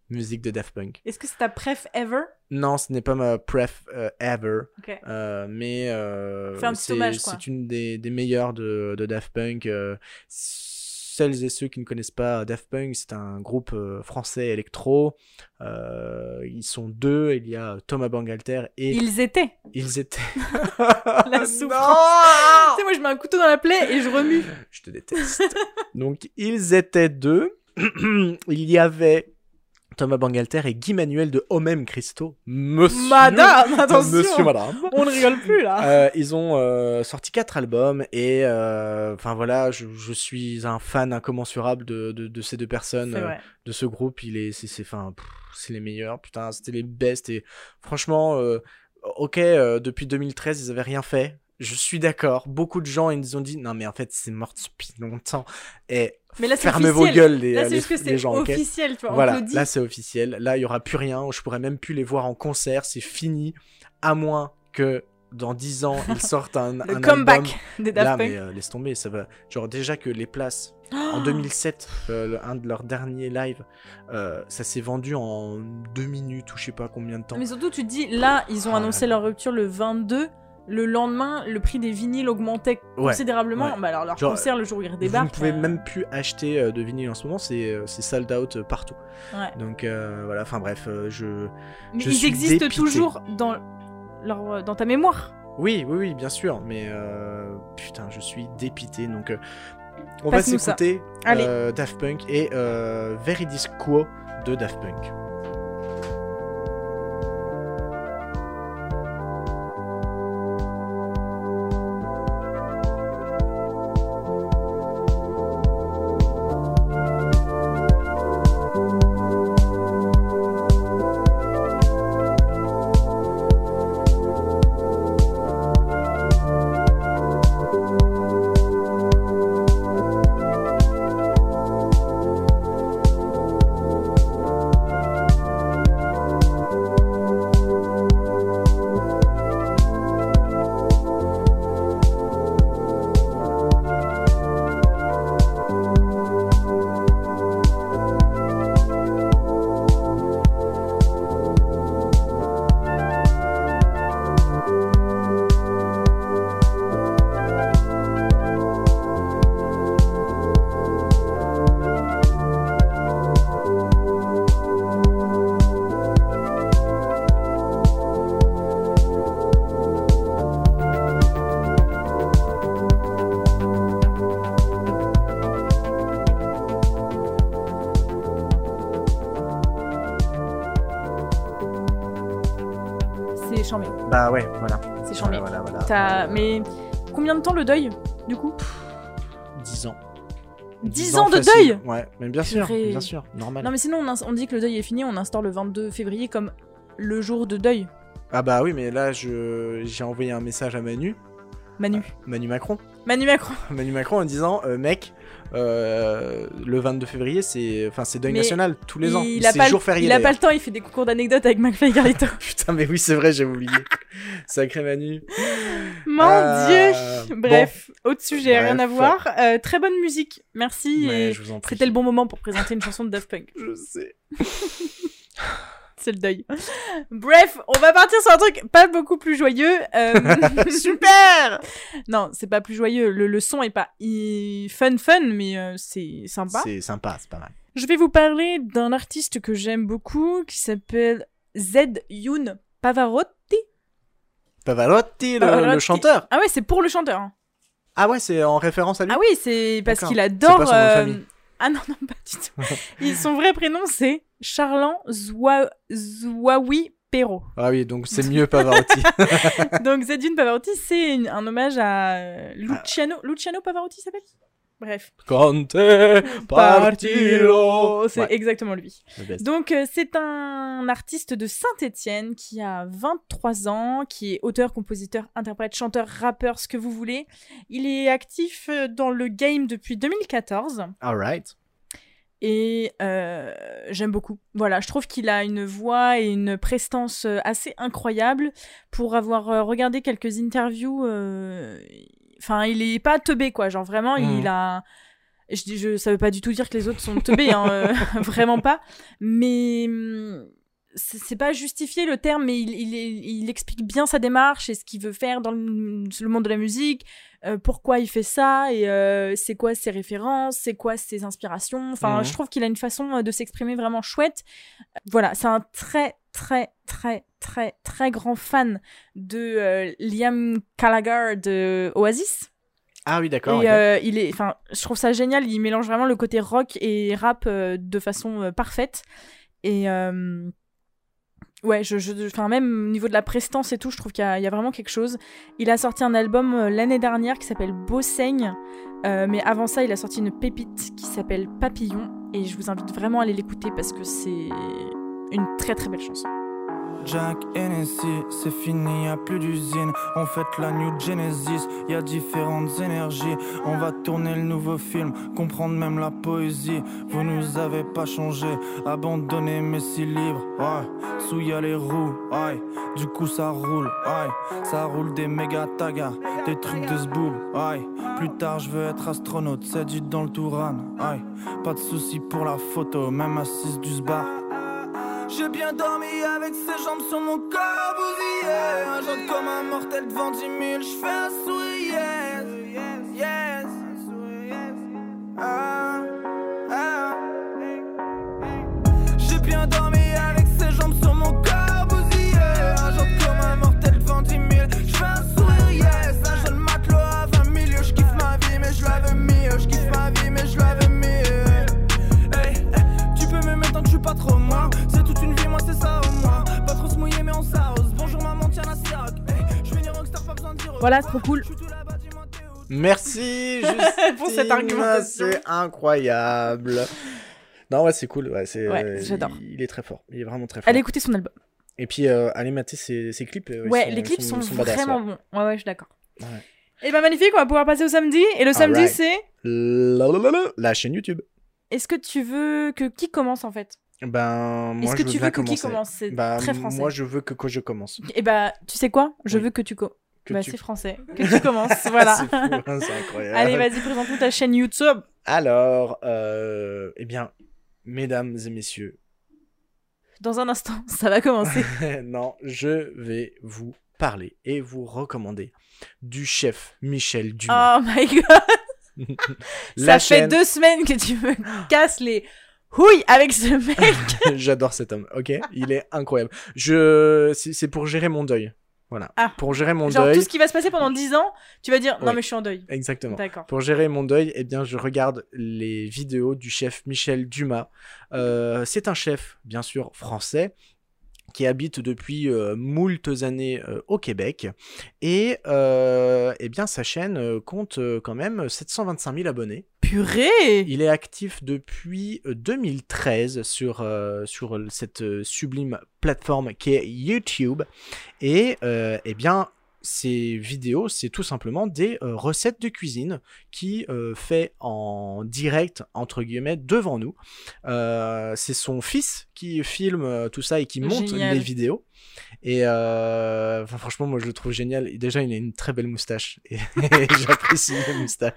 musique de Daft Punk. Est-ce que c'est ta préf ever? Non, ce n'est pas ma pref ever, Ok. mais Fais un petit hommage, quoi. c'est une des meilleures de Daft Punk. Celles et ceux qui ne connaissent pas Daft Punk, c'est un groupe français électro. Ils sont deux, il y a Thomas Bangalter et... Ils étaient. Ils étaient... La souffrance. Tu sais, moi, je mets un couteau dans la plaie et je remue. Je te déteste. Donc, ils étaient deux. Il y avait Thomas Bangalter et Guy Manuel de Homem Christo. Monsieur... Madame, attention. Monsieur, madame. On ne rigole plus, là. Ils ont sorti 4 albums et enfin voilà, je suis un fan incommensurable de ces deux personnes, C'est vrai. de ce groupe. C'est les meilleurs, putain, c'était les best et franchement, ok, depuis 2013 ils avaient rien fait. Je suis d'accord. Beaucoup de gens ils nous ont dit non mais en fait c'est mort depuis longtemps. Et Mais là, c'est fermez vos officiel. gueules Là, c'est juste que les c'est gens. Ok. officiel, tu vois. Voilà, On te le dit. là c'est officiel. Là il y aura plus rien. Je pourrais même plus les voir en concert. C'est fini. À moins que dans 10 ans ils sortent un Le album. comeback des Daft Là Punk. mais laisse tomber, ça va. Genre déjà que les places en 2007, un de leurs derniers lives, ça s'est vendu en 2 minutes ou je sais pas combien de temps. Mais surtout, tu te dis, là, ils ont Ah annoncé là leur rupture le 22. Le lendemain, le prix des vinyles augmentait Ouais, considérablement. ouais. Bah alors, leur Genre, concert, le jour où ils Vous redébarquent. ne pouvez même plus acheter de vinyle en ce moment, c'est sold out partout. Ouais. Donc voilà, enfin bref, Mais je ils suis existent dépité. toujours dans ta mémoire. Oui, bien sûr, mais putain, je suis dépité. Donc on va Passe-nous ça. s'écouter Allez. Daft Punk et Veridis Quo de Daft Punk. C'est chambé. Bah ouais, voilà. C'est chambé. Voilà. Mais combien de temps le deuil, du coup 10 ans. 10 ans de facile. deuil. Ouais, mais bien sûr, normal. Non mais sinon on dit que le deuil est fini, on instaure le 22 février comme le jour de deuil. Ah bah oui, mais là j'ai envoyé un message à Manu Manu Macron. Manu Macron. Manu Macron en disant mec, le 22 février c'est deuil Mais national tous les ans. Il a C'est pas, jour férié. il a pas d'ailleurs. le temps, il fait des concours d'anecdotes avec McFly et Carlito. Putain, mais oui, c'est vrai, j'ai oublié. Sacré Manu. Mon dieu. Bref, autre sujet, Bref. rien à voir. Très bonne musique, merci. Ouais, Et je vous en prie. c'était le bon moment pour présenter une chanson de Daft Punk. Je sais. C'est le deuil. Bref, on va partir sur un truc pas beaucoup plus joyeux. Super. Non, c'est pas plus joyeux. Le son est pas fun, mais c'est sympa. C'est sympa, c'est pas mal. Je vais vous parler d'un artiste que j'aime beaucoup qui s'appelle Youn Pavarotti. Pavarotti, le Pavarotti. chanteur. Ah ouais, c'est pour le chanteur. Hein. Ah ouais, c'est en référence à lui. Ah oui, c'est parce D'accord. qu'il adore. C'est pas son nom de famille. Ah non, pas du tout. Son vrai prénom, c'est Charlan Zouaoui Perrault. Ah oui, donc c'est mieux Pavarotti. Donc Youn Pavarotti, c'est un hommage à Luciano. Luciano Pavarotti s'appelle. Bref. Conte partilo. C'est Ouais, exactement lui. le best. Donc, c'est un artiste de Saint-Étienne qui a 23 ans, qui est auteur, compositeur, interprète, chanteur, rappeur, ce que vous voulez. Il est actif dans le game depuis 2014 Alright. et j'aime beaucoup. Voilà, je trouve qu'il a une voix et une prestance assez incroyable. Pour avoir regardé quelques interviews, enfin, il est pas teubé, quoi. Genre, vraiment, il a... Ça veut pas du tout dire que les autres sont teubés, hein, vraiment pas. Mais c'est pas justifié le terme, mais il explique bien sa démarche et ce qu'il veut faire dans le monde de la musique, pourquoi il fait ça, et c'est quoi ses références, c'est quoi ses inspirations. Enfin, je trouve qu'il a une façon de s'exprimer vraiment chouette. Voilà, c'est un très, très, très, très, très grand fan de Liam Gallagher de Oasis. Ah oui, d'accord. Et je trouve ça génial, il mélange vraiment le côté rock et rap de façon parfaite. Et ouais, même au niveau de la prestance et tout, je trouve qu'il y a vraiment quelque chose. Il a sorti un album l'année dernière qui s'appelle Beau Saigne, mais avant ça, il a sorti une pépite qui s'appelle Papillon, et je vous invite vraiment à aller l'écouter parce que c'est une très très belle chanson. Jack Hennessy, c'est fini, y'a plus d'usine. On fête la New Genesis, y'a différentes énergies. On va tourner le nouveau film, comprendre même la poésie. Vous nous avez pas changé, abandonné mes 6 livres. Ouais, sous y'a les roues, ouais. Du coup ça roule, ouais. Ça roule des méga tagas, des trucs de zboob, ouais. Plus tard je veux être astronaute, c'est dit dans le Touran, ouais. Pas de soucis pour la photo, même assise du sbar. J'ai bien dormi avec ses jambes sur mon corps bousillé. Un genre comme un mortel devant 10 000, j'fais un sourire, yes. J'ai bien dormi avec ses jambes sur mon corps bousillé. Un genre comme un mortel devant 10 000, j'fais un sourire, yes. Un jeune matelot à 20 milieux, j'kiffe ma vie mais je l'avais mis. J'kiffe ma vie mais je l'avais mis. Hey, tu peux me mettre tant que j'suis pas trop moins. C'est toute une vie, moi c'est ça au moins. Pas trop se mouiller mais on s'arrose. Bonjour maman, tiens la Ciroc. Hey, j'vais venir rockstar, pas besoin de dire. Voilà, c'est trop cool. Merci Justine, pour cette argumentation. C'est incroyable. Non, ouais, c'est cool. Ouais, j'adore. Il est très fort. Il est vraiment très fort. Allez écouter son album. Et puis, allez mater ses clips. Ouais, les clips sont vraiment bons. Ouais, je suis d'accord. Ouais. Et ben magnifique, on va pouvoir passer au samedi. Et le samedi, c'est la chaîne YouTube. Est-ce que tu veux que qui commence en fait? Ben, moi, est-ce que tu veux que qui commence? C'est très français. Moi, je veux que je commence. Et bah, tu sais quoi? Je veux que tu c'est français. Que tu commences, voilà. C'est fou, hein, c'est incroyable. Allez, vas-y, présente-nous ta chaîne YouTube. Alors, eh bien, mesdames et messieurs. Dans un instant, ça va commencer. Non, je vais vous parler et vous recommander du chef Michel Dumas. Oh my god. Ça fait 2 semaines que tu me casses les houilles avec ce mec. J'adore cet homme, ok? Il est incroyable. C'est pour gérer mon deuil. Voilà. Ah, pour gérer mon deuil. Tout ce qui va se passer pendant 10 ans, tu vas dire non, mais je suis en deuil. Exactement. D'accord. Pour gérer mon deuil, eh bien, je regarde les vidéos du chef Michel Dumas. C'est un chef, bien sûr, français, qui habite depuis moultes années au Québec. Et eh bien, sa chaîne compte quand même 725 000 abonnés. Purée! Il est actif depuis 2013 sur cette sublime plateforme qui est YouTube. Et eh bien, ces vidéos, c'est tout simplement des recettes de cuisine qui fait en direct, entre guillemets, devant nous. C'est son fils qui filme tout ça et qui monte les vidéos. Et franchement, moi je le trouve génial. Et déjà, il a une très belle moustache. Et j'apprécie les moustaches.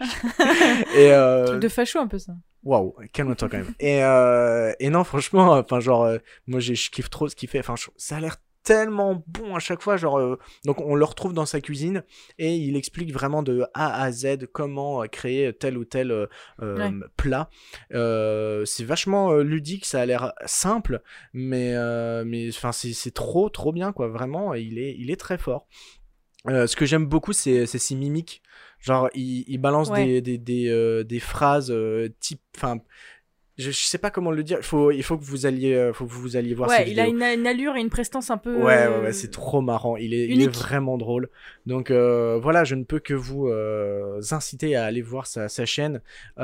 Et truc de facho un peu ça. Waouh, calme-toi quand même. Et non, franchement, enfin genre, moi je kiffe trop ce qu'il fait. Enfin, ça a l'air tellement bon à chaque fois, genre donc on le retrouve dans sa cuisine et il explique vraiment de A à Z comment créer tel ou tel plat. C'est vachement ludique, ça a l'air simple, mais enfin c'est trop bien quoi, vraiment. Il est très fort. Ce que j'aime beaucoup, c'est ses mimiques. Genre il balance des phrases type, enfin je sais pas comment le dire. Il faut que vous alliez voir ces vidéos. Il a une allure et une prestance un peu. Ouais, c'est trop marrant. Il est vraiment drôle. Donc voilà, je ne peux que vous inciter à aller voir sa chaîne.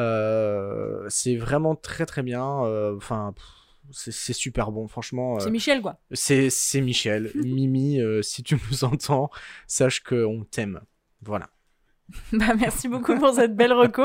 C'est vraiment très très bien. Enfin, c'est super bon, franchement. C'est Michel quoi. C'est Michel. Mimi, si tu nous entends, sache qu'on t'aime. Voilà. Bah, merci beaucoup pour cette belle reco.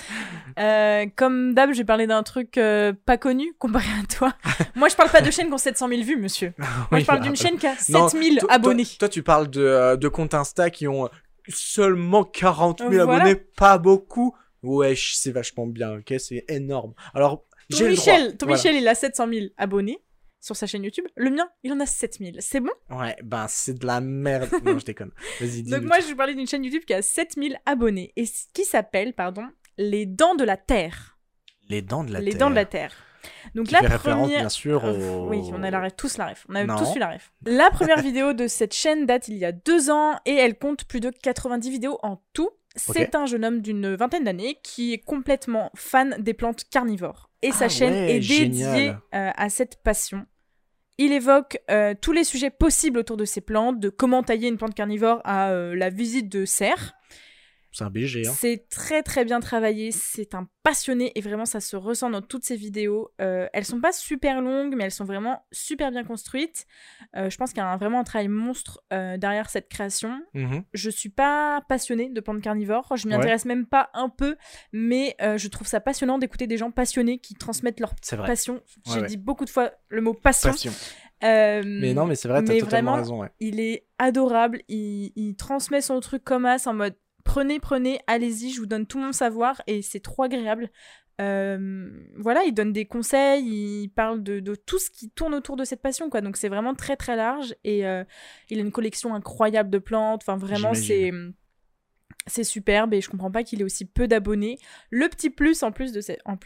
Comme d'hab, j'ai parlé d'un truc pas connu comparé à toi. Moi, je parle pas de chaînes qui ont 700 000 vues, monsieur. Moi, je parle d'une chaîne qui a 7000 abonnés. Toi, tu parles de comptes Insta qui ont seulement 40 000 abonnés, pas beaucoup. Wesh, c'est vachement bien, ok, c'est énorme. Alors, Ton j'ai le Michel, droit. Michel, il a 700 000 abonnés sur sa chaîne YouTube. Le mien, il en a 7 000. C'est bon? Ouais, ben c'est de la merde. Non, je déconne. Vas-y, dis. Donc moi, je vais vous parler d'une chaîne YouTube qui a 7 000 abonnés et qui s'appelle, Les Dents de la Terre. Les Dents de la Les Terre. Dents de la Terre. Donc Qui la fait référence, première... bien sûr, au... Oui, on a tous la ref. On a Non. tous eu la ref. La première vidéo de cette chaîne date il y a 2 ans et elle compte plus de 90 vidéos en tout. C'est un jeune homme d'une vingtaine d'années qui est complètement fan des plantes carnivores. Et sa chaîne est dédiée à cette passion. Il évoque tous les sujets possibles autour de ces plantes, de comment tailler une plante carnivore à la visite de cerfs. C'est un BG, hein. C'est très très bien travaillé, c'est un passionné et vraiment ça se ressent dans toutes ses vidéos. Elles sont pas super longues mais elles sont vraiment super bien construites. Je pense qu'il y a vraiment un travail monstre derrière cette création. Je suis pas passionnée de plantes carnivores, je m'y intéresse même pas un peu, mais je trouve ça passionnant d'écouter des gens passionnés qui transmettent leur passion. J'ai dit beaucoup de fois le mot passion. Mais non, mais c'est vrai, t'as totalement vraiment, raison. Ouais. Il est adorable, il transmet son truc comme as en mode prenez, allez-y, je vous donne tout mon savoir et c'est trop agréable. Voilà, il donne des conseils, il parle de tout ce qui tourne autour de cette passion, quoi. Donc c'est vraiment très très large et il a une collection incroyable de plantes. Enfin vraiment, c'est superbe et je comprends pas qu'il ait aussi peu d'abonnés. Le petit plus en plus,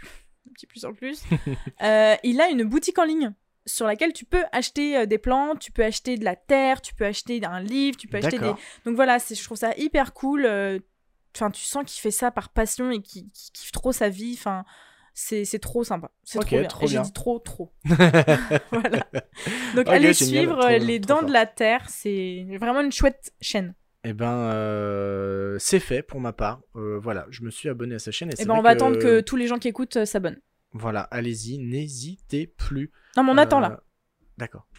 il a une boutique en ligne sur laquelle tu peux acheter des plantes, tu peux acheter de la terre, tu peux acheter un livre, tu peux acheter des... Donc voilà, je trouve ça hyper cool. Enfin, tu sens qu'il fait ça par passion et qu'il kiffe trop sa vie. Enfin, c'est trop sympa. C'est trop bien. Et j'ai dit trop. Voilà. Donc allez suivre Les Dents de la Terre. C'est vraiment une chouette chaîne. Eh ben, c'est fait pour ma part. Voilà, je me suis abonné à sa chaîne. Et on va attendre que tous les gens qui écoutent s'abonnent. Voilà, allez-y, n'hésitez plus. Non, mais on attend là. D'accord.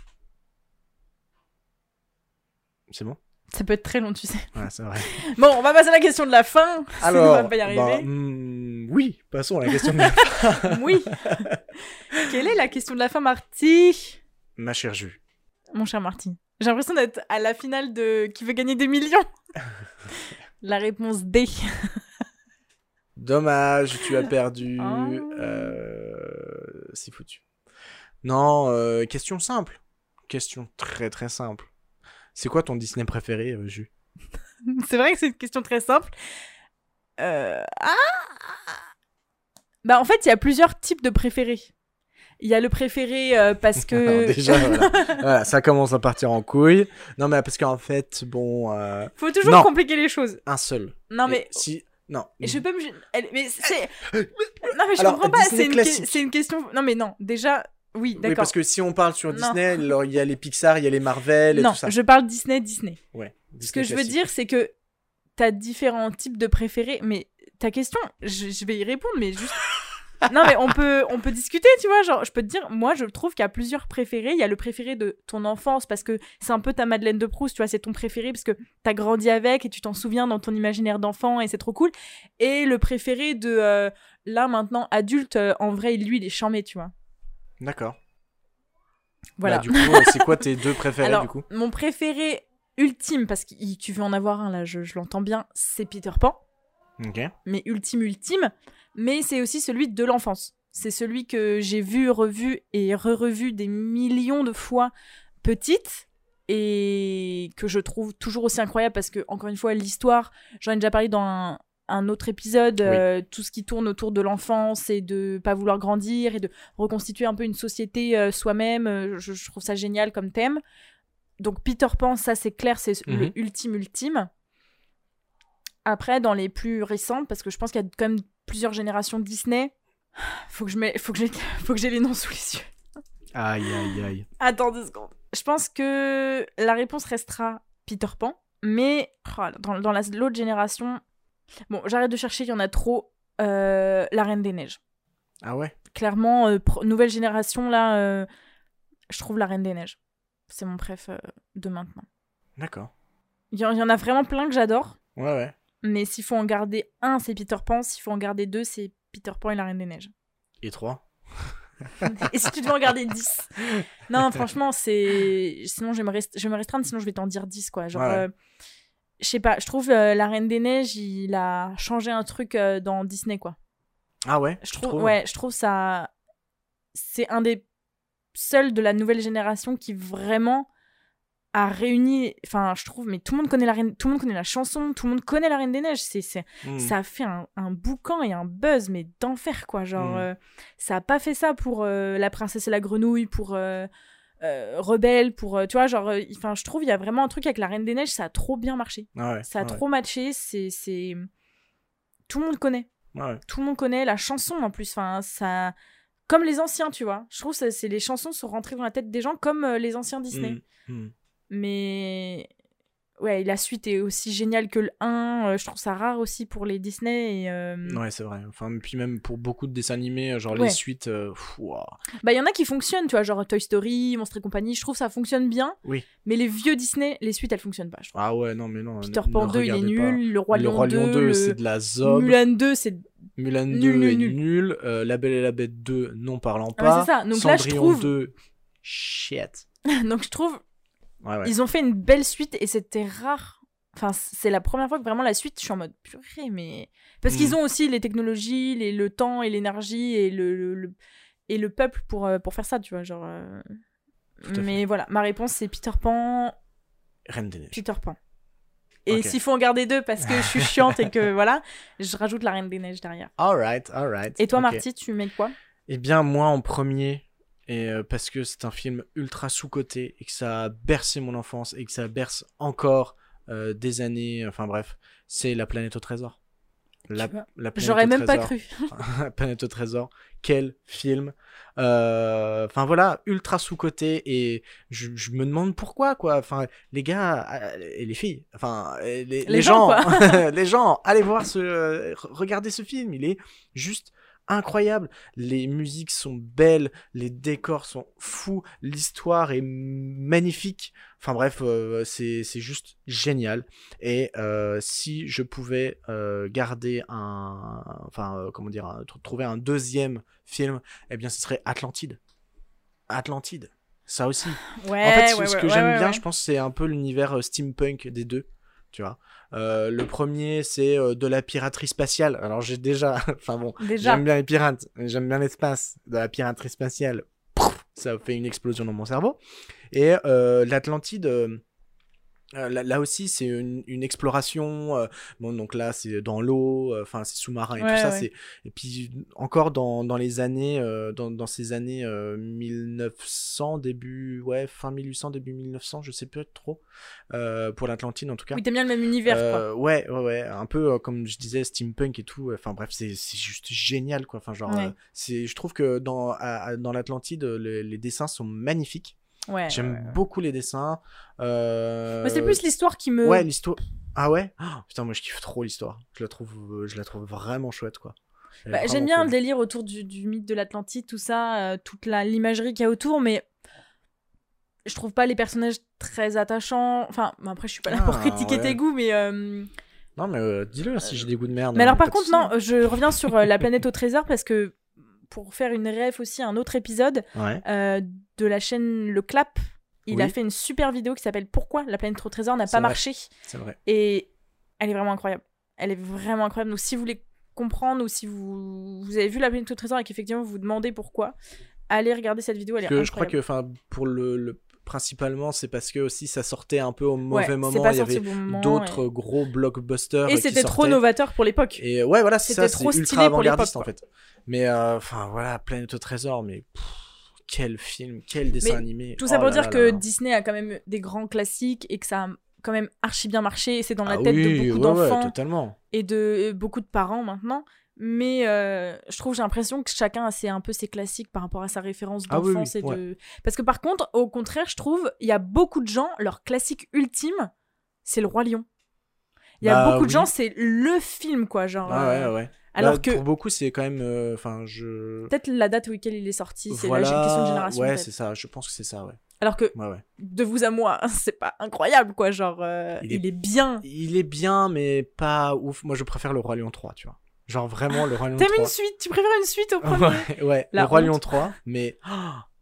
C'est bon? Ça peut être très long, tu sais. Ouais, c'est vrai. Bon, on va passer à la question de la fin. Alors, on va pas y arriver. Oui, passons à la question de la fin. Oui. Quelle est la question de la fin, Marty? Ma chère Ju. Mon cher Marty. J'ai l'impression d'être à la finale de Qui veut gagner des millions. La réponse D. Dommage, tu as perdu. C'est foutu. Non, question simple. Question très très simple. C'est quoi ton Disney préféré, Ju? C'est vrai que c'est une question très simple. Bah en fait, il y a plusieurs types de préférés. Il y a le préféré parce que... Alors déjà, voilà, ça commence à partir en couille. Non, mais parce qu'en fait, bon... Faut toujours compliquer les choses. Un seul. Non, mais... Non. Je peux me... Mais c'est... Non, mais je comprends pas. C'est une question... Non, mais non. Déjà... Oui, d'accord. Oui, parce que si on parle sur Disney, alors il y a les Pixar, il y a les Marvel et tout ça. Non, je parle Disney. Ouais. Ce que je veux dire, c'est que t'as différents types de préférés, mais ta question, je vais y répondre, mais juste... Non, mais on peut discuter, tu vois, genre, je peux te dire, moi, je trouve qu'il y a plusieurs préférés. Il y a le préféré de ton enfance, parce que c'est un peu ta Madeleine de Proust, tu vois, c'est ton préféré, parce que t'as grandi avec et tu t'en souviens dans ton imaginaire d'enfant, et c'est trop cool. Et le préféré de, là, maintenant, adulte, en vrai, lui, il est charmé, tu vois. D'accord. Voilà. Bah, du coup, c'est quoi tes deux préférés, alors, du coup? Mon préféré ultime, parce que tu veux en avoir un, là, je l'entends bien, c'est Peter Pan. Ok. Mais ultime, mais c'est aussi celui de l'enfance. C'est celui que j'ai vu, revu et re-revu des millions de fois petite et que je trouve toujours aussi incroyable parce que, encore une fois, l'histoire, j'en ai déjà parlé dans un autre épisode, oui. Tout ce qui tourne autour de l'enfance et de pas vouloir grandir et de reconstituer un peu une société soi-même, je trouve ça génial comme thème. Donc Peter Pan, ça c'est clair, c'est le ultime. Après, dans les plus récentes, parce que je pense qu'il y a quand même plusieurs générations Disney, faut que j'ai les noms sous les yeux. Aïe. Attends 2 secondes. Je pense que la réponse restera Peter Pan, mais dans l'autre génération, bon, j'arrête de chercher, il y en a trop. La Reine des Neiges. Ah ouais? Clairement, nouvelle génération, là, je trouve la Reine des Neiges. C'est mon préf de maintenant. D'accord. Il y en a vraiment plein que j'adore. Ouais. Mais s'il faut en garder un, c'est Peter Pan. S'il faut en garder 2, c'est Peter Pan et la Reine des Neiges. Et 3? Et si tu devais en garder 10? Non, franchement, c'est... Sinon, je vais me restreindre, sinon je vais t'en dire 10, quoi. Genre, je sais pas, je trouve La Reine des Neiges, il a changé un truc dans Disney, quoi. Ah ouais, Je trouve ça... C'est un des seuls de la nouvelle génération qui vraiment a réuni... Enfin, je trouve, mais tout le monde connaît la chanson, tout le monde connaît La Reine des Neiges. Ça a fait un boucan et un buzz, mais d'enfer, quoi. Genre, ça a pas fait ça pour La Princesse et la Grenouille, pour... Rebelle, pour tu vois, genre enfin je trouve il y a vraiment un truc avec La Reine des Neiges, ça a trop bien marché, ça a trop matché, c'est tout le monde connaît, tout le monde connaît la chanson en plus, enfin ça, comme les anciens, tu vois, je trouve que c'est les chansons sont rentrées dans la tête des gens comme les anciens Disney. Mais ouais, la suite est aussi géniale que le 1, je trouve ça rare aussi pour les Disney et ouais, c'est vrai, enfin puis même pour beaucoup de dessins animés, genre les suites wow. Bah il y en a qui fonctionnent, tu vois, genre Toy Story, Monstres et compagnie, je trouve ça fonctionne bien. Oui. Mais les vieux Disney, les suites elles fonctionnent pas, je trouve. Ah ouais, non mais non. Peter Pan 2 il est nul, Le Roi Lion 2 c'est de la zob. Mulan 2 c'est Mulan 2 est nul. La Belle et la Bête 2 non parlant pas. Ah, c'est ça. Donc Cendrillon là je trouve 2 shit. Donc je trouve ouais. Ils ont fait une belle suite et c'était rare. Enfin, c'est la première fois que vraiment la suite, je suis en mode purée, mais... Parce qu'ils ont aussi les technologies, le temps et l'énergie et le peuple pour faire ça, tu vois, genre... Mais voilà, ma réponse, c'est Peter Pan... Reine des Neiges. Peter Pan. Et s'il faut en garder deux parce que je suis chiante et que, voilà, je rajoute La Reine des Neiges derrière. Alright. Et toi, Marty, tu mets quoi ? Eh bien, moi, en premier... Et parce que c'est un film ultra sous-coté et que ça a bercé mon enfance et que ça berce encore des années, enfin bref, c'est La Planète au Trésor. La Planète J'aurais au même pas Trésor. cru. La Planète au Trésor, quel film. Enfin voilà, ultra sous-coté et je me demande pourquoi, quoi. Enfin, les gars et les filles, enfin les gens, les gens, allez voir regardez ce film, il est juste incroyable, les musiques sont belles, les décors sont fous, l'histoire est magnifique, enfin bref, c'est juste génial. Et si je pouvais garder trouver un deuxième film, eh bien ce serait Atlantide, ça aussi. Ouais, en fait, ce que j'aime bien, je pense, c'est un peu l'univers steampunk des deux, tu vois. Le premier, c'est de la piraterie spatiale. Alors j'ai j'aime bien les pirates, j'aime bien l'espace. De la piraterie spatiale, ça fait une explosion dans mon cerveau. Et l'Atlantide, là aussi, c'est une exploration. Bon, donc là, c'est dans l'eau, enfin, c'est sous-marin et tout ça. Ouais. Et puis encore dans les années, dans ces années 1900, fin 1800, début 1900, je sais plus trop. Pour l'Atlantide en tout cas. Oui, t'aimes bien le même univers, quoi. Ouais, un peu comme je disais, steampunk et tout. Enfin bref, c'est juste génial, quoi. Enfin genre, je trouve que dans l'Atlantide, les dessins sont magnifiques. Ouais, j'aime beaucoup les dessins. C'est plus l'histoire qui me... Ouais, l'histoire. Ah ouais, putain, moi je kiffe trop l'histoire. Je la trouve vraiment chouette, quoi. J'aime bien le délire autour du mythe de l'Atlantide, tout ça, toute l'imagerie qu'il y a autour, mais je trouve pas les personnages très attachants. Enfin, après je suis pas là pour critiquer tes goûts, mais... Non, mais dis-le si j'ai des goûts de merde. Mais alors par contre, non, je reviens sur La Planète au Trésor parce que pour faire une ref aussi à un autre épisode de la chaîne Le Clap, il a fait une super vidéo qui s'appelle Pourquoi La Planète au Trésor n'a pas marché. C'est vrai. Et elle est vraiment incroyable. Donc si vous voulez comprendre ou si vous avez vu La Planète au Trésor et qu'effectivement vous vous demandez pourquoi, allez regarder cette vidéo, elle est incroyable. Je crois que pour principalement c'est parce que aussi ça sortait un peu au mauvais moment, il y avait d'autres gros blockbusters et c'était trop novateur pour l'époque. Et ouais, voilà, c'est trop ultra stylé avant-gardiste en fait. Mais enfin voilà, Planète au Trésor, mais quel film, quel dessin animé. Tout ça pour dire que Disney a quand même des grands classiques et que ça a quand même archi bien marché et c'est dans la tête de beaucoup d'enfants totalement. Et de beaucoup de parents maintenant. Mais j'ai l'impression que chacun a un peu ses classiques par rapport à sa référence d'enfance. Parce que par contre, au contraire, je trouve, il y a beaucoup de gens, leur classique ultime, c'est Le Roi Lion. Il y a beaucoup de gens, c'est le film, quoi. Genre, ouais. Alors que pour beaucoup, c'est quand même... Peut-être la date auquel il est sorti, c'est une question de génération. Ouais, c'est ça, je pense que c'est ça, ouais. Alors que, de vous à moi, c'est pas incroyable, quoi. Genre, il est bien. Il est bien, mais pas ouf. Moi, je préfère Le Roi Lion 3, tu vois. Genre vraiment Le Roi Lion 3. T'aimes une suite? Tu préfères une suite au premier? Ouais, Le Roi Lion 3, mais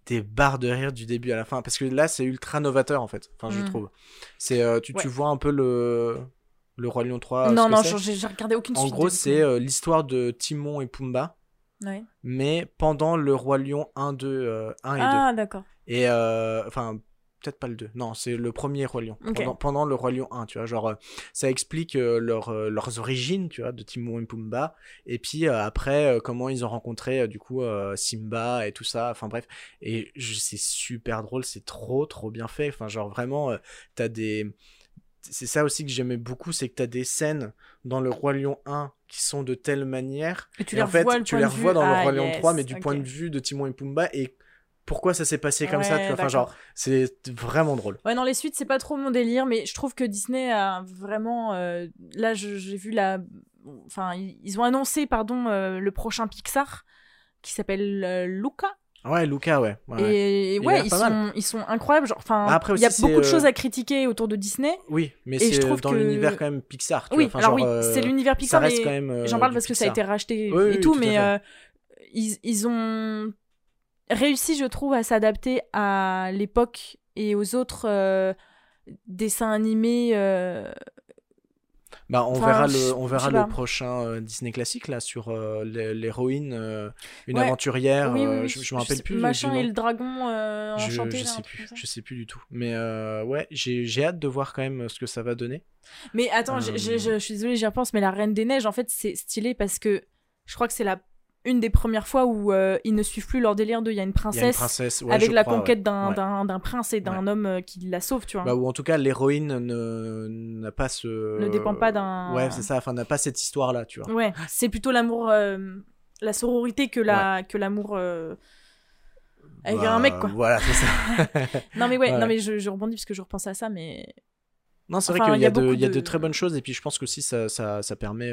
des barres de rire du début à la fin. Parce que là, c'est ultra novateur, en fait. Enfin, je trouve. C'est, tu vois un peu le Roi Lion 3. Non, j'ai regardé aucune suite. En gros, c'est l'histoire de Timon et Pumba. Ouais. Mais pendant le Roi Lion 1 et 2. Ah, d'accord. Et enfin, peut-être pas le 2. Non, c'est le premier Roi Lion. Okay. Pendant le Roi Lion 1, tu vois. Genre, ça explique leurs origines, tu vois, de Timon et Pumba. Et puis après, comment ils ont rencontré, du coup, Simba et tout ça. Enfin, bref. Et c'est super drôle. C'est trop bien fait. Enfin, genre, vraiment, t'as des... C'est ça aussi que j'aimais beaucoup, c'est que t'as des scènes dans le Roi Lion 1 qui sont de telle manière. Et tu les revois dans le Roi Lion 3, mais du point de vue de Timon et Pumba. Et pourquoi ça s'est passé comme ça, tu vois. Enfin, genre, c'est vraiment drôle. Ouais, non, les suites, c'est pas trop mon délire, mais je trouve que Disney a vraiment... là, j'ai vu Enfin, ils ont annoncé, le prochain Pixar, qui s'appelle Luca. Ouais, Luca, ouais. Et ouais, ils sont incroyables. Genre, après il y a beaucoup de choses à critiquer autour de Disney. Oui, mais c'est dans l'univers quand même Pixar. Tu oui, vois. alors genre, c'est l'univers Pixar, mais quand même, j'en parle parce que ça a été racheté et tout, mais ils ont réussi, je trouve, à s'adapter à l'époque et aux autres dessins animés. On verra le prochain Disney classique là sur l'héroïne, une aventurière. Oui, je me rappelle plus. Machin et le dragon enchanté. Je sais plus du tout. Mais ouais, j'ai hâte de voir quand même ce que ça va donner. Mais attends, je suis désolée, j'y repense, mais la Reine des Neiges, en fait, c'est stylé parce que je crois que c'est une des premières fois où ils ne suivent plus leur délire de il y a une princesse, avec la conquête d'un prince et d'un homme qui la sauve, tu vois. Ou en tout cas l'héroïne n'a pas ne dépend pas d'un... Ouais, c'est ça, enfin n'a pas cette histoire là, tu vois. Ouais, c'est plutôt l'amour, la sororité que l'amour avec un mec, quoi. Voilà, c'est ça. non mais non mais je rebondis parce que je repense à ça, mais... Non, c'est vrai qu'il y a de très bonnes choses, et puis je pense que aussi ça permet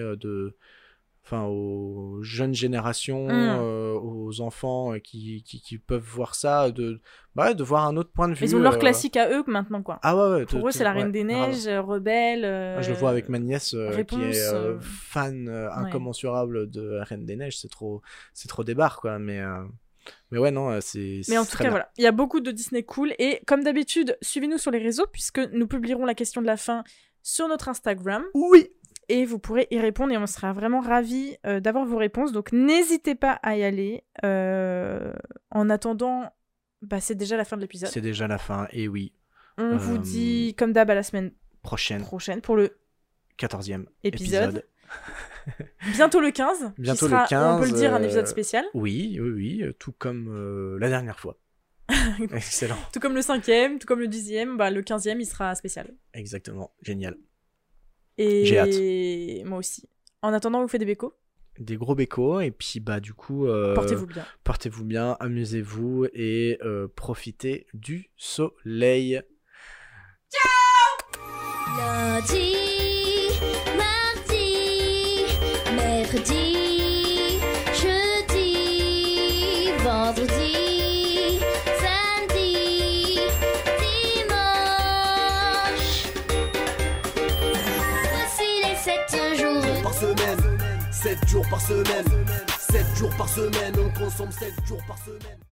aux jeunes générations, aux enfants qui peuvent voir ça, de voir un autre point de vue. Ils ont leur classique à eux maintenant, quoi. Ah ouais. Pour eux, c'est la Reine des Neiges, Rebelle. Je le vois avec ma nièce qui est fan incommensurable de la Reine des Neiges. C'est trop des barres, quoi. Mais ouais, non, c'est... Mais en tout cas, voilà. Il y a beaucoup de Disney cool. Et comme d'habitude, suivez-nous sur les réseaux, puisque nous publierons la question de la fin sur notre Instagram. Oui. Et vous pourrez y répondre et on sera vraiment ravis d'avoir vos réponses. Donc n'hésitez pas à y aller. En attendant, c'est déjà la fin de l'épisode. C'est déjà la fin, et oui. On vous dit, comme d'hab, à la semaine prochaine pour le 14e épisode. Bientôt le 15. Bientôt le 15. On peut le dire, un épisode spécial. Oui. Tout comme la dernière fois. Excellent. Tout comme le 5e, tout comme le 10e, le 15e, il sera spécial. Exactement. Génial. Et j'ai hâte. Moi aussi. En attendant, on vous fait des bécos. Des gros bécos, et puis du coup portez-vous bien, amusez-vous et profitez du soleil. Ciao. Lundi, mardi, mercredi, jeudi, vendredi, samedi, dimanche. Voici les 7 jours par semaine, 7 jours par semaine, 7 jours par semaine, on consomme 7 jours par semaine.